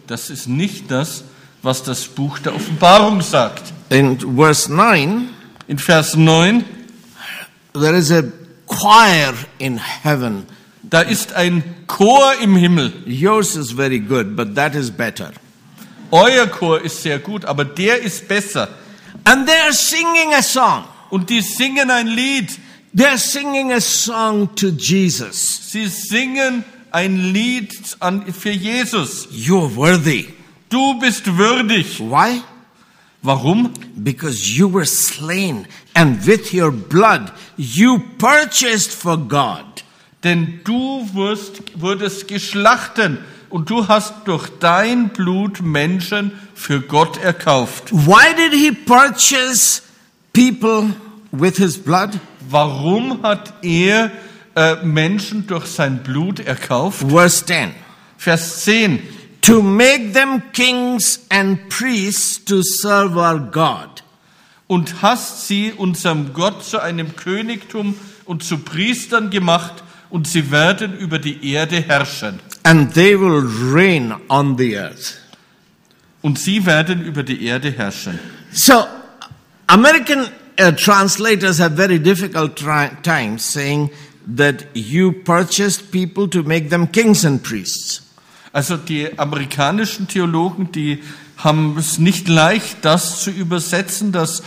das ist nicht das, was das Buch der Offenbarung sagt. In verse 9, In Vers 9, there is a choir in heaven. da ist ein Chor im Himmel. Yours is very good, but that is better. Euer Chor ist sehr gut, aber der ist besser. And they are singing a song. Und die singen ein Lied. They are singing a song to Jesus. Sie singen ein Lied für Jesus. You are worthy. Du bist würdig. Why? Warum? Because you were slain, and with your blood you purchased for God. Denn du wurdest geschlachtet und du hast durch dein Blut Menschen für Gott erkauft. Why did he purchase people with his blood? Warum hat er Menschen durch sein Blut erkauft? Verse 10. Vers 10. To make them kings and priests to serve our God. Und hast sie unserem Gott zu einem Königtum und zu Priestern gemacht, und sie werden über die Erde herrschen. And they will reign on the earth. Und sie werden über die Erde herrschen. So, American translators have very difficult times saying that you purchased people to make them kings and priests. Also die amerikanischen Theologen, die haben es nicht leicht, das zu übersetzen, dass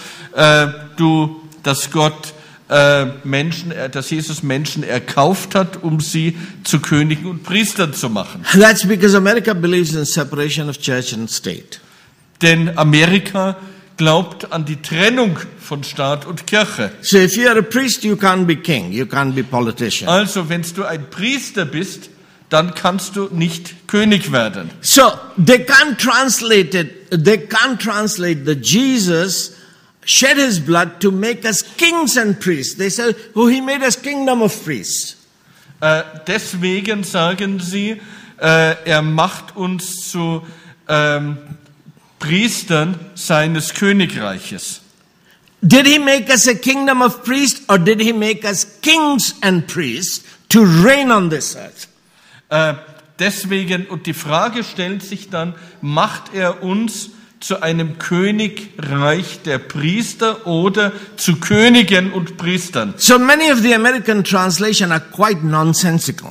Gott dass Jesus Menschen erkauft hat, um sie zu Königen und Priestern zu machen. That's because America believes in separation of church and state. Denn Amerika glaubt an die Trennung von Staat und Kirche. So if you are a priest, you can't be king, you can't be politician. Also, wenn du ein Priester bist, dann kannst du nicht König werden. So they can't translate that Jesus shed his blood to make us kings and priests. They say, oh, he made us kingdom of priests. Deswegen sagen sie, er macht uns zu Priestern seines Königreiches. Did he make us a kingdom of priests, or did he make us kings and priests to reign on this earth? Deswegen, und die Frage stellt sich dann, macht er uns zu einem Königreich der Priester oder zu Königen und Priestern? So many of the American translation are quite nonsensical.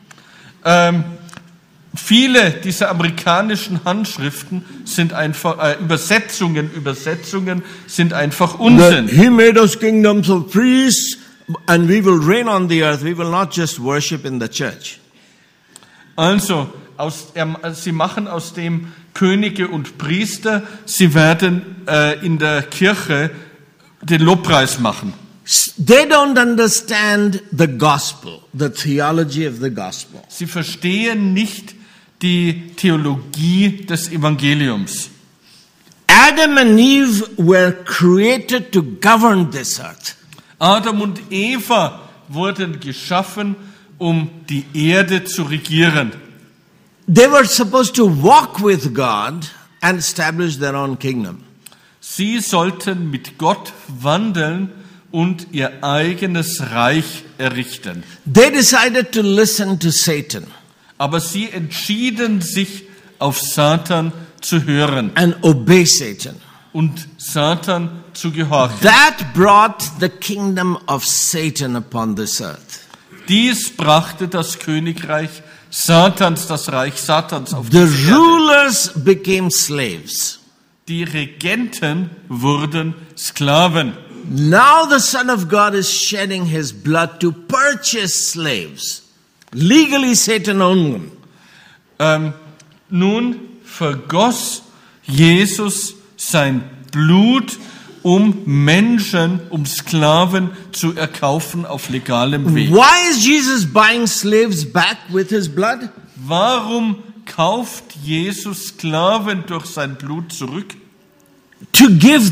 Viele dieser amerikanischen Handschriften sind einfach Übersetzungen sind einfach Unsinn. He made us kingdoms of priests, and we will reign on the earth. We will not just worship in the church. Also, sie machen aus dem Könige und Priester, sie werden in der Kirche den Lobpreis machen. They don't understand the gospel, the theology of the gospel. Sie verstehen nicht die Theologie des Evangeliums. Adam and Eve were created to govern this earth. Adam und Eva wurden geschaffen, um die Erde zu regieren. They were supposed to walk with God and establish their own kingdom. Sie sollten mit Gott wandeln und ihr eigenes Reich errichten. They decided to listen to Satan Aber sie entschieden sich, auf Satan zu hören and obey Satan. und Satan zu gehorchen. That brought the kingdom of Satan upon this earth. Dies brachte das Königreich Satans, das Reich Satans auf The diese Erde. rulers became slaves. Die Regenten wurden Sklaven. Now the Son of God is shedding his blood to purchase slaves. Legally Satan owned them. Nun vergoss Jesus sein Blut, um Menschen, um Sklaven zu erkaufen auf legalem Weg. Why is Jesus buying slaves back with his blood? Warum kauft Jesus Sklaven durch sein Blut zurück? To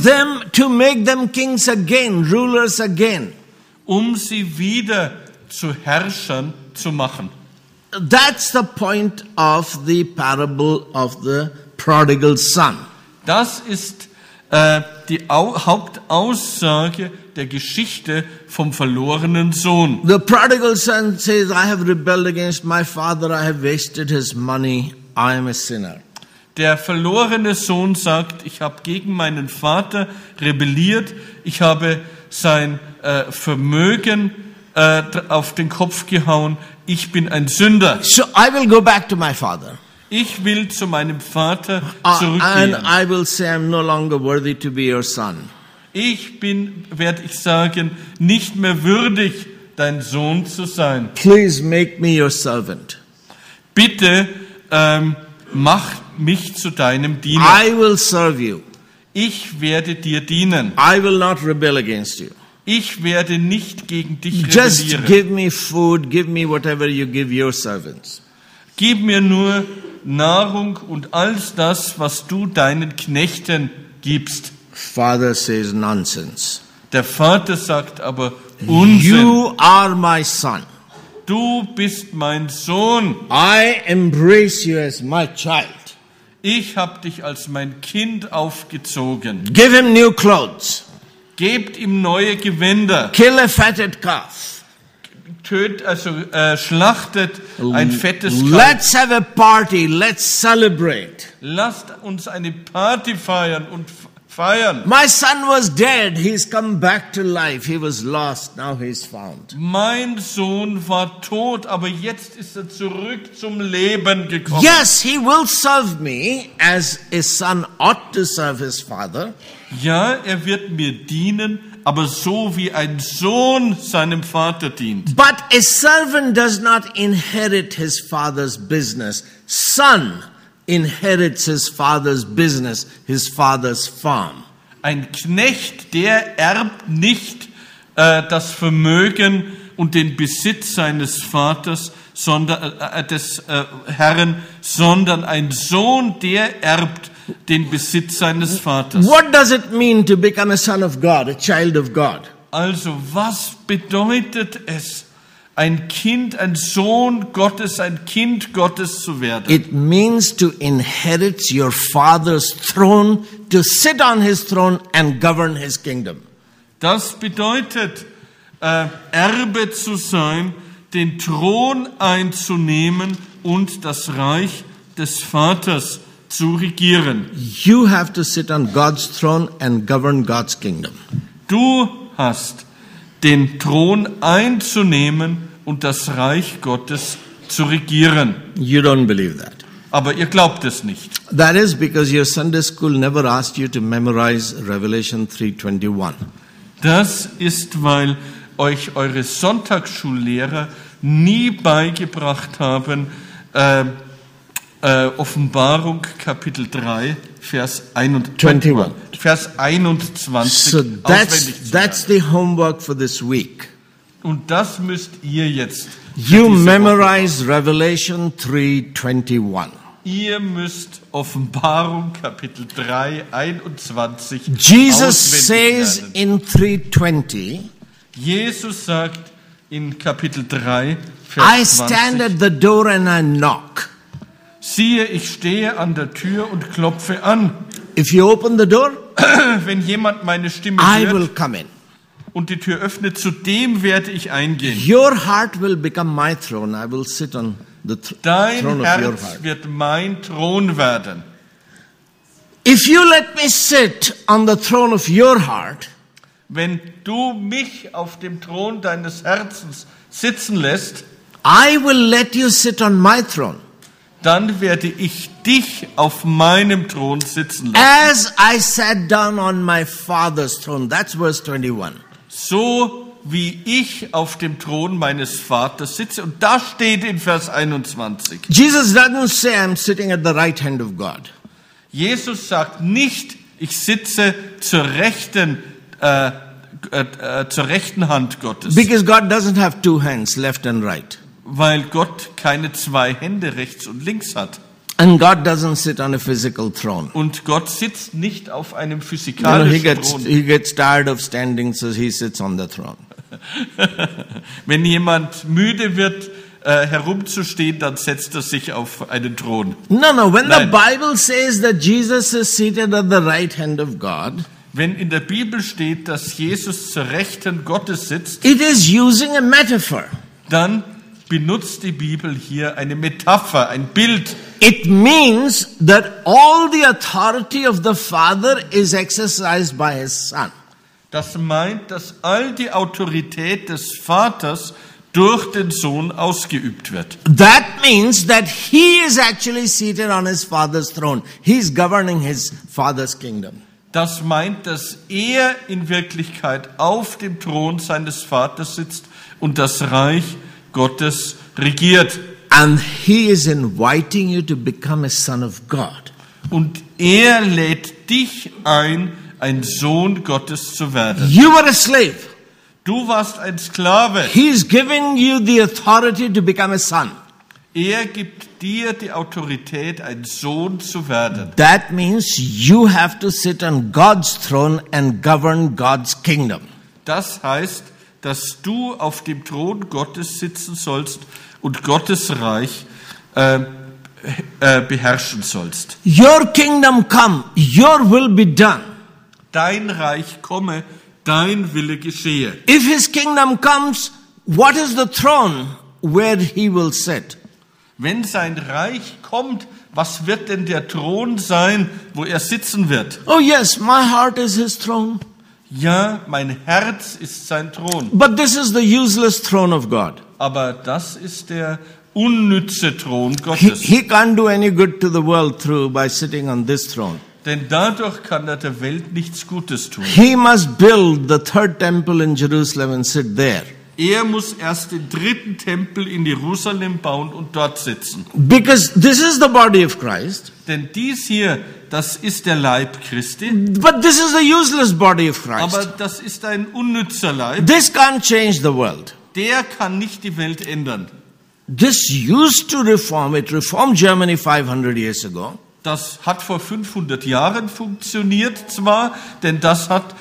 make them kings again, rulers again. Um sie wieder zu Herrschern zu machen. That's the point of the parable of the prodigal son. Das ist die Hauptaussage der Geschichte vom verlorenen Sohn. The prodigal son says, I have rebelled against my father, I have wasted his money, I am a sinner. Der verlorene Sohn sagt, ich habe gegen meinen Vater rebelliert, ich habe sein Vermögen auf den Kopf gehauen, ich bin ein Sünder. So I will go back to my father. Ich will zu meinem Vater And zurückkehren. I will say, I'm no longer worthy to be your son. Ich bin, werde ich sagen, nicht mehr würdig, dein Sohn zu sein. Please make me your servant. Bitte mach mich zu deinem Diener. I will serve you. Ich werde dir dienen. I will not rebel against you. Ich werde nicht gegen dich Just rebellieren. give me food, give me whatever you give your servants. Gib mir nur Nahrung und alles das, was du deinen Knechten gibst. Father says nonsense. Der Vater sagt aber Unsinn. You are my son. Du bist mein Sohn. I embrace you as my child. Ich habe dich als mein Kind aufgezogen. Give him new clothes. Gebt ihm neue Gewänder. Kill a fatted calf. Schlachtet ein fettes Kalb. Let's have a party. Let's celebrate. Lasst uns eine Party feiern und feiern. My son was dead. He's come back to life. He was lost. Now he's found. Mein Sohn war tot, aber jetzt ist er zurück zum Leben gekommen. Yes, he will serve me as a son ought to serve his father. Ja, er wird mir dienen, aber so wie ein Sohn seinem Vater dient. But a servant does not inherit his father's business. Son inherits his father's business, his father's farm. Ein Knecht, der erbt nicht das Vermögen und den Besitz seines Vaters, sondern des Herrn, sondern ein Sohn, der erbt den Besitz seines Vaters. What does it mean to become a son of God, a child of God? Also, was bedeutet es, ein Kind, ein Sohn Gottes, ein Kind Gottes zu werden? It means to inherit your father's throne, to sit on his throne and govern his kingdom. Das bedeutet, Erbe zu sein, den Thron einzunehmen und das Reich des Vaters zu regieren. You have to sit on God's throne and govern God's kingdom. Du hast den Thron einzunehmen und das Reich Gottes zu regieren. You don't believe that. Aber ihr glaubt es nicht. That is because your Sunday school never asked you to memorize Revelation 3:21. Das ist, weil euch eure Sonntagsschullehrer nie beigebracht haben, Offenbarung Kapitel 3, Vers 21. Vers 21 So auswendig zu that's lernen. the homework for this week. Und das müsst ihr jetzt. für You diese Woche. memorize Revelation 3:21. Ihr müsst Offenbarung Kapitel 3, 21 Jesus auswendig says lernen. in 3:20, Jesus sagt in Kapitel 3, I Vers stand 20, at the door and I knock. siehe, ich stehe an der Tür und klopfe an. If you open the door, Wenn jemand meine Stimme I will hört come in. und die Tür öffnet, zu dem werde ich eingehen. Your heart will become my throne. I will sit on the throne Dein of your Herz heart. wird mein Thron werden. If you let me sit on the throne of your heart, Wenn du mich auf dem Thron deines Herzens sitzen lässt, I will let you sit on my throne. dann werde ich dich auf meinem Thron sitzen lassen. As I sat down on my father's throne. That's verse 21. So wie ich auf dem Thron meines Vaters sitze. Und da steht in Vers 21. Jesus doesn't say I'm sitting at the right hand of God. Jesus sagt nicht, ich sitze zur rechten Hand Gottes. Because God doesn't have two hands, left and right. Weil Gott keine zwei Hände rechts und links hat. And God doesn't sit on a physical throne. Und Gott sitzt nicht auf einem He physikalischen Thron. gets tired of standing, so he sits on the throne. Wenn jemand müde wird, herumzustehen, dann setzt er sich auf einen Thron. No, when the Nein. Bible says that Jesus is seated at the right hand of God, Wenn in der Bibel steht, dass Jesus zur Rechten Gottes sitzt, it is using a metaphor. dann benutzt die Bibel hier eine Metapher, ein Bild. It means that all the authority of the Father is exercised by His Son. Das meint, dass all die Autorität des Vaters durch den Sohn ausgeübt wird. That means that He is actually seated on His Father's throne. He's governing His Father's kingdom. Das meint, dass er in Wirklichkeit auf dem Thron seines Vaters sitzt und das Reich Gottes regiert. And He is inviting you to become a son of God. Und er lädt dich ein Sohn Gottes zu werden. You were a slave. Du warst ein Sklave. He is giving you the authority to become a son. Er gibt dir die Autorität, ein Sohn zu werden. That means you have to sit on God's throne and govern God's kingdom. Das heißt, dass du auf dem Thron Gottes sitzen sollst und Gottes Reich beherrschen sollst. Your kingdom come, your will be done. Dein Reich komme, dein Wille geschehe. If His kingdom comes, what is the throne where He will sit? Wenn sein Reich kommt, was wird denn der Thron sein, wo er sitzen wird? Oh yes, my heart is His throne. Ja, mein Herz ist sein Thron. But this is the useless throne of God. Aber das ist der unnütze Thron Gottes. He can't do any good to the world by sitting on this throne. Denn dadurch kann er der Welt nichts Gutes tun. He must build the third temple in Jerusalem and sit there. Er muss erst den dritten Tempel in Jerusalem bauen und dort sitzen. Because this is the body of Christ. Denn dies hier, das ist der Leib Christi. But this is the useless body of Christ. Aber das ist ein unnützer Leib. This can't change the world. Der kann nicht die Welt ändern. This used to reform. It reformed Germany 500 years ago. Das hat vor 500 Jahren funktioniert zwar, denn das hat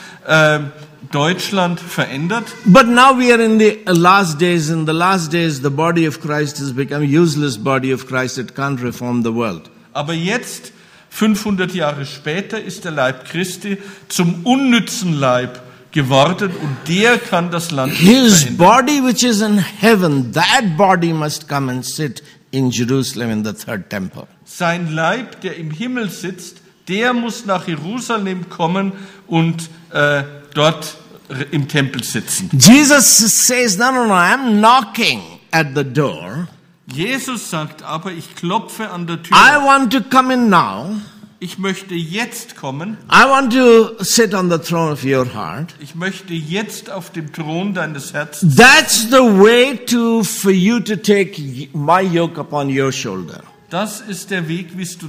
Deutschland verändert. But now we are in the last days. In the last days, the body of Christ has become useless body of Christ. It can't reform the world. Aber jetzt, 500 Jahre später, ist der Leib Christi zum unnützen Leib geworden und der kann das Land nicht His verändern. body which is in heaven, that body must come and sit in Jerusalem in the third temple. Sein Leib, der im Himmel sitzt, der muss nach Jerusalem kommen und dort im Tempel sitzen. Jesus says, no, I'm knocking at the door. Jesus sagt aber, ich klopfe an der Tür. I want to come in now. Ich möchte jetzt kommen. I want to sit on the throne of your heart. Ich möchte jetzt auf dem Thron deines Herzens. That's the way for you to take my yoke upon your shoulder. Das ist der Weg, wie du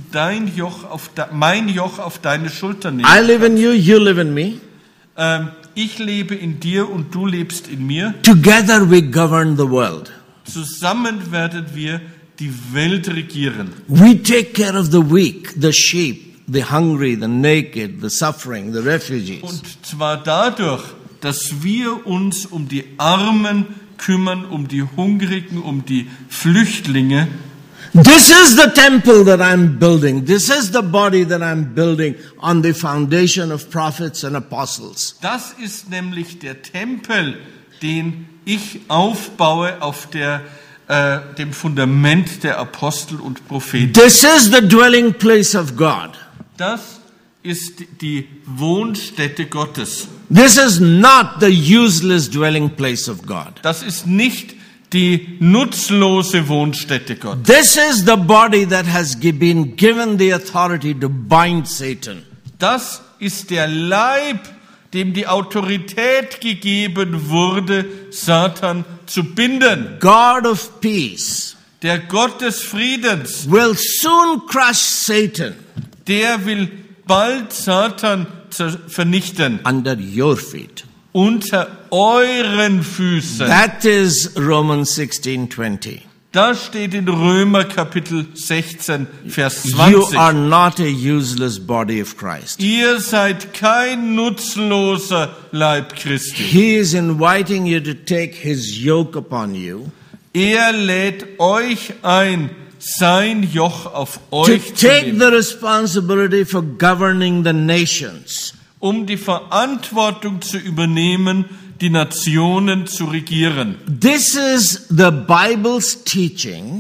mein Joch auf deine Schulter nimmst. I live in you, you live in me. Ich lebe in dir und du lebst in mir. Together we govern the world. Zusammen werden wir die Welt regieren. We take care of the weak, the sheep, the hungry, the naked, the suffering, the refugees. Und zwar dadurch, dass wir uns um die Armen kümmern, um die Hungrigen, um die Flüchtlinge. This is the temple that I'm building. This is the body that I'm building on the foundation of prophets and apostles. Das ist nämlich der Tempel, den ich aufbaue auf dem Fundament der Apostel und Propheten. This is the dwelling place of God. Das ist die Wohnstätte Gottes. This is not the useless dwelling place of God. Das ist nicht die nutzlose Wohnstätte Gottes. This is the body that has been given the authority to bind Satan. Das ist der Leib, dem die Autorität gegeben wurde, Satan zu binden. God of peace Der Gott des Friedens, will soon crush Satan der will bald Satan vernichten. under your feet. Unter euren Füßen. That is Romans 16:20. Das steht in Römer Kapitel 16, Vers You 20. are not a useless body of Christ. Ihr seid kein nutzloser Leib Christi. He is inviting you to take his yoke upon you, Er lädt euch ein, sein Joch auf to euch zu take nehmen, the responsibility for governing the nations. um die Verantwortung zu übernehmen, die Nationen zu regieren. This is the Bible's teaching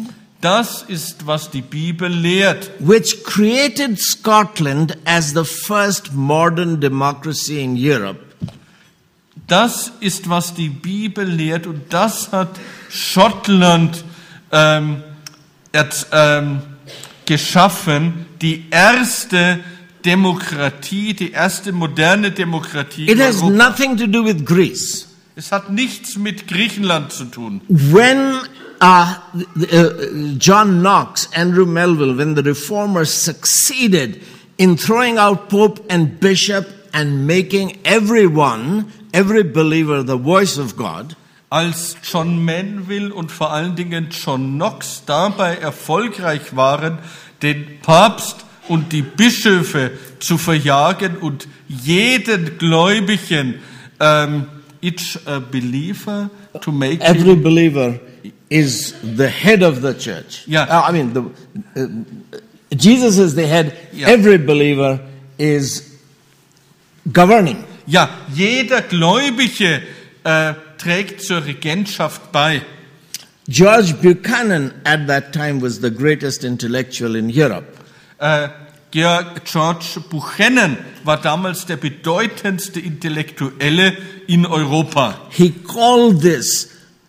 Das ist, was die Bibel lehrt. which created Scotland as the first modern democracy in Europe. Das ist, was die Bibel lehrt, und das hat Schottland geschaffen, die erste Demokratie, die erste moderne Demokratie It in has Europa. nothing to do with Greece. Es hat nichts mit Griechenland zu tun. When John Knox, Andrew Melville, when the reformers succeeded in throwing out Pope and Bishop and making everyone, every believer, the voice of God, Als John Melville und vor allen Dingen John Knox dabei erfolgreich waren, den Papst und die Bischöfe zu verjagen und jeden Gläubigen, each believer, to make every believer is the head of the church. Yeah. Jesus is the head. Yeah. Every believer is governing. ja, jeder Gläubige trägt zur Regentschaft bei. George Buchanan at that time was the greatest intellectual in Europe. George Buchanan war damals der bedeutendste Intellektuelle in Europa. He called this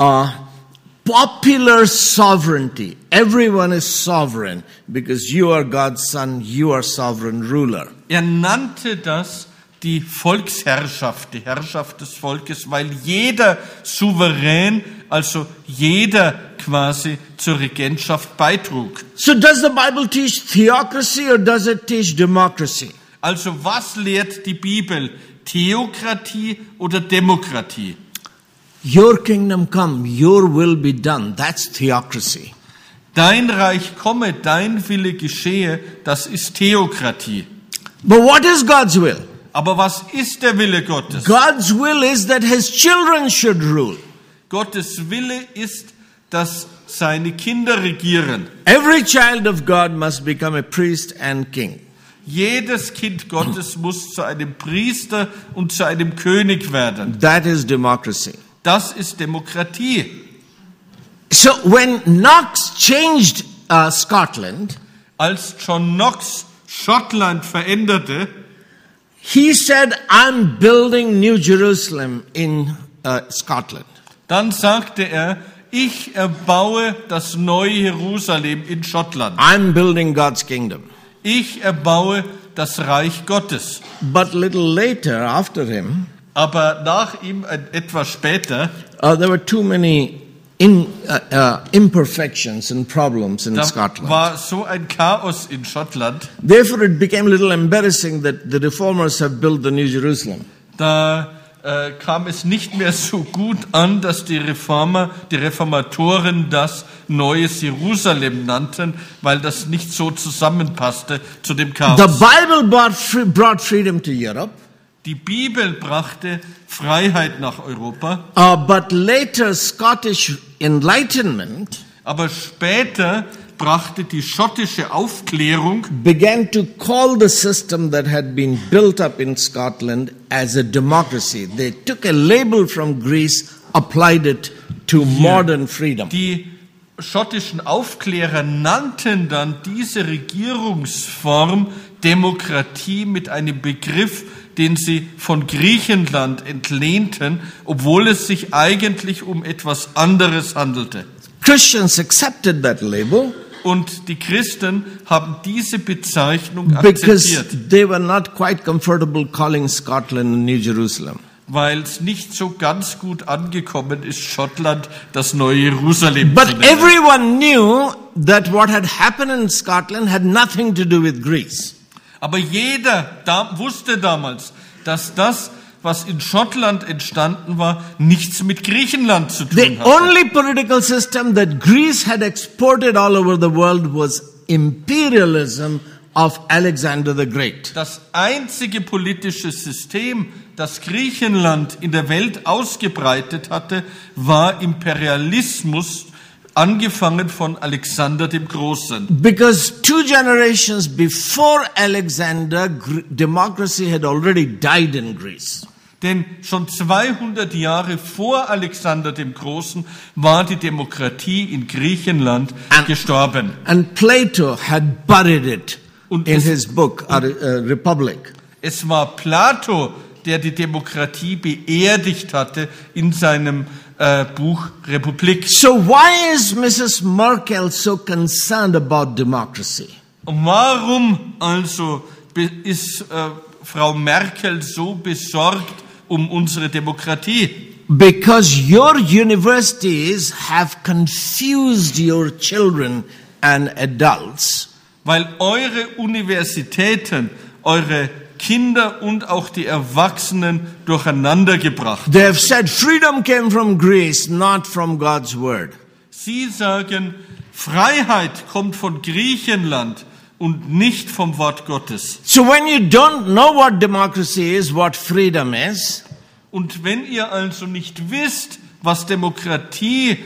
popular sovereignty. Everyone is sovereign because you are God's son, you are sovereign ruler. Er nannte das die Volksherrschaft, die Herrschaft des Volkes, weil jeder souverän, also jeder quasi zur Regentschaft beitrug. So does the Bible teach theocracy or does it teach democracy? Also was lehrt die Bibel? Theokratie oder Demokratie? Your kingdom come, your will be done. That's theocracy. Dein Reich komme, dein Wille geschehe, das ist Theokratie. But what is God's will? Aber was ist der Wille Gottes? God's will is that his children should rule. Gottes Wille ist, dass seine Kinder regieren. Every child of God must become a priest and king. Jedes Kind Gottes muss zu einem Priester und zu einem König werden. That is democracy. Das ist Demokratie. So when Knox changed Scotland, Als John Knox Schottland veränderte, he said, I'm building New Jerusalem in Scotland. dann sagte er, ich erbaue das neue Jerusalem in Schottland. I'm building God's kingdom. Ich erbaue das Reich Gottes. But little later, after him, Aber nach ihm, etwas später, there were too many imperfections and problems in da Scotland. war so ein Chaos in Schottland, Therefore, it became a little embarrassing that the reformers have built the New Jerusalem. da kam es nicht mehr so gut an, dass die Reformatoren das Neues Jerusalem nannten, weil das nicht so zusammenpasste zu dem Chaos. The Bible brought freedom to Europe, Die Bibel brachte Freiheit nach Europa, but later Scottish Enlightenment aber später brachte die schottische Aufklärung began to call the system that had been built up in Scotland as a democracy. They took a label from Greece, applied it to modern freedom. Die schottischen Aufklärer nannten dann diese Regierungsform Demokratie mit einem Begriff, den sie von Griechenland entlehnten, obwohl es sich eigentlich um etwas anderes handelte. Christians accepted that label Und die Christen haben diese Bezeichnung because akzeptiert, they were not quite comfortable calling Scotland New Jerusalem. weil es nicht so ganz gut angekommen ist, Schottland das neue Jerusalem But zu nennen. everyone knew that what had happened in Scotland had nothing to do with Greece. Aber jeder wusste damals, dass das, was in Schottland entstanden war, nichts mit Griechenland zu The tun hatte. only political system that Greece had exported all over the world was imperialism of Alexander the Great. Das einzige politische System, das Griechenland in der Welt ausgebreitet hatte, war Imperialismus, angefangen von Alexander dem Großen. Because 2 generations before Alexander, democracy had already died in Greece. Denn schon 200 Jahre vor Alexander dem Großen war die Demokratie in Griechenland gestorben. And Plato had buried it Und in es- his book, Republic. Es war Plato, der die Demokratie beerdigt hatte in seinem Buch Republik. So why is Mrs. Merkel so concerned about democracy? Und warum also ist Frau Merkel so besorgt um unsere Demokratie? Because your universities have confused your children and adults. Weil eure Universitäten eure Kinder und auch die Erwachsenen durcheinander gebracht. They have said freedom came from Greece, not from God's word. Sie sagen, Freiheit kommt von Griechenland und nicht vom Wort Gottes. So when you don't know what democracy is, what freedom is, Und wenn ihr also nicht wisst, was Demokratie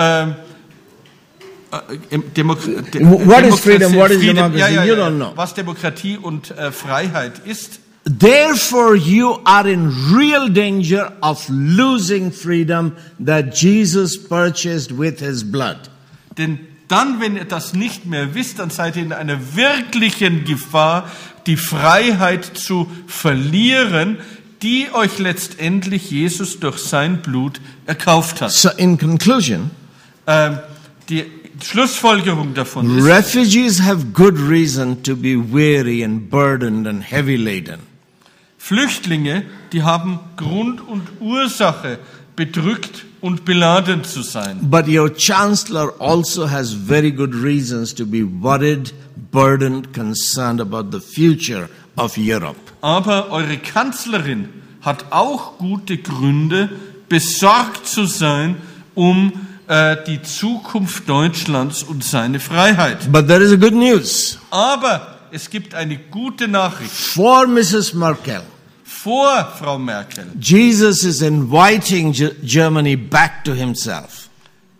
What is freedom? What is democracy? You don't know. Was Demokratie und Freiheit ist. therefore you are in real danger of losing freedom that Jesus purchased with his blood. Denn dann, wenn ihr das nicht mehr wisst, dann seid ihr in einer wirklichen Gefahr, die Freiheit zu verlieren, die euch letztendlich Jesus durch sein Blut erkauft hat. So in conclusion, Die Schlussfolgerung davon ist, refugees have good reason to be weary and burdened and heavy laden. Flüchtlinge, die haben Grund und Ursache, bedrückt und beladen zu sein. But your chancellor also has very good reasons to be worried, burdened, concerned about the future of Europe. Aber eure Kanzlerin hat auch gute Gründe, besorgt zu sein um die Zukunft Deutschlands und seine Freiheit. But there is a good news Aber es gibt eine gute Nachricht. for Mrs. Merkel. Vor Frau Merkel Jesus is inviting Germany back to himself.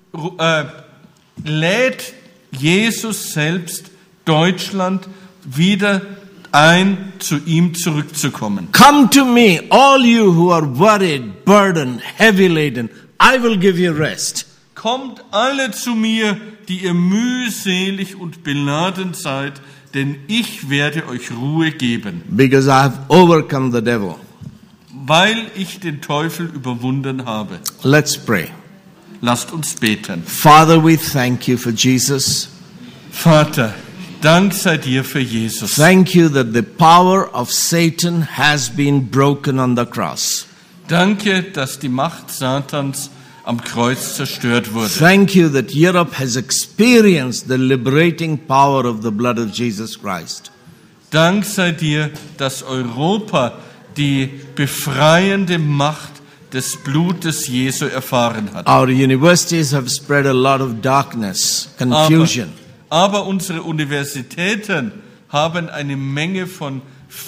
lädt Jesus selbst Deutschland wieder ein, zu ihm zurückzukommen. Come to me, all you who are worried, burdened, heavy laden. I will give you rest. Kommt alle zu mir, die ihr mühselig und beladen seid, denn ich werde euch Ruhe geben, Because I have overcome the devil. weil ich den Teufel überwunden habe. Let's pray. Lasst uns beten. Father, we thank you for Jesus. Vater, Dank sei dir für Jesus. Thank you that the power of Satan has been broken on the cross. Danke, dass die Macht Satans am Kreuz zerstört wurde. Thank you that Europe has experienced the liberating power of the blood of Jesus Christ. Dank sei dir, dass Europa die befreiende Macht des Blutes Jesu erfahren hat. Our universities have spread a lot of darkness, confusion. Aber unsere Universitäten haben eine Menge von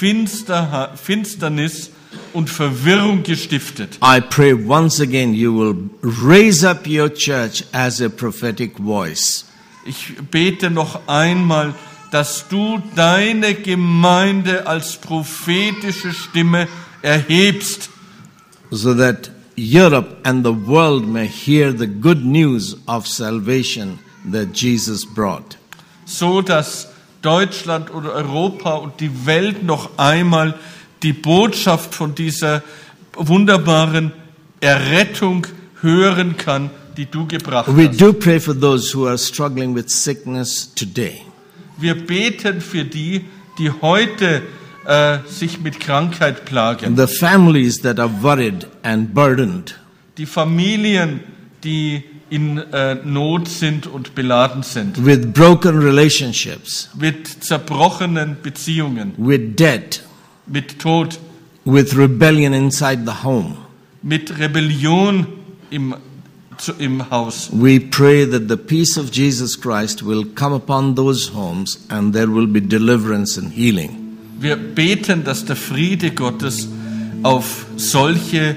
Finsternis und Verwirrung gestiftet. I pray once again you will raise up your church as a prophetic voice. Ich bete noch einmal, dass du deine Gemeinde als prophetische Stimme erhebst, so that Europe and the world may hear the good news of salvation that Jesus brought. so dass Deutschland oder Europa und die Welt noch einmal die Botschaft von dieser wunderbaren Errettung hören kann, die du gebracht We hast. do pray for those who are struggling with sickness today. Wir beten für die, die heute sich mit Krankheit plagen. The families that are worried and burdened. Die Familien, die in Not sind und beladen sind. With broken relationships, Mit zerbrochenen Beziehungen, with debt, mit Tod, with rebellion inside the home. mit Rebellion im Haus. We pray that the peace of Jesus Christ will come upon those homes and there will be deliverance and healing. Wir beten, dass der Friede Gottes auf solche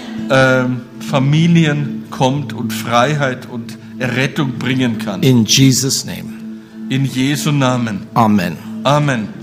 Familien kommt und Freiheit und Errettung bringen kann. In Jesus' name, In Jesu Namen. amen. Amen.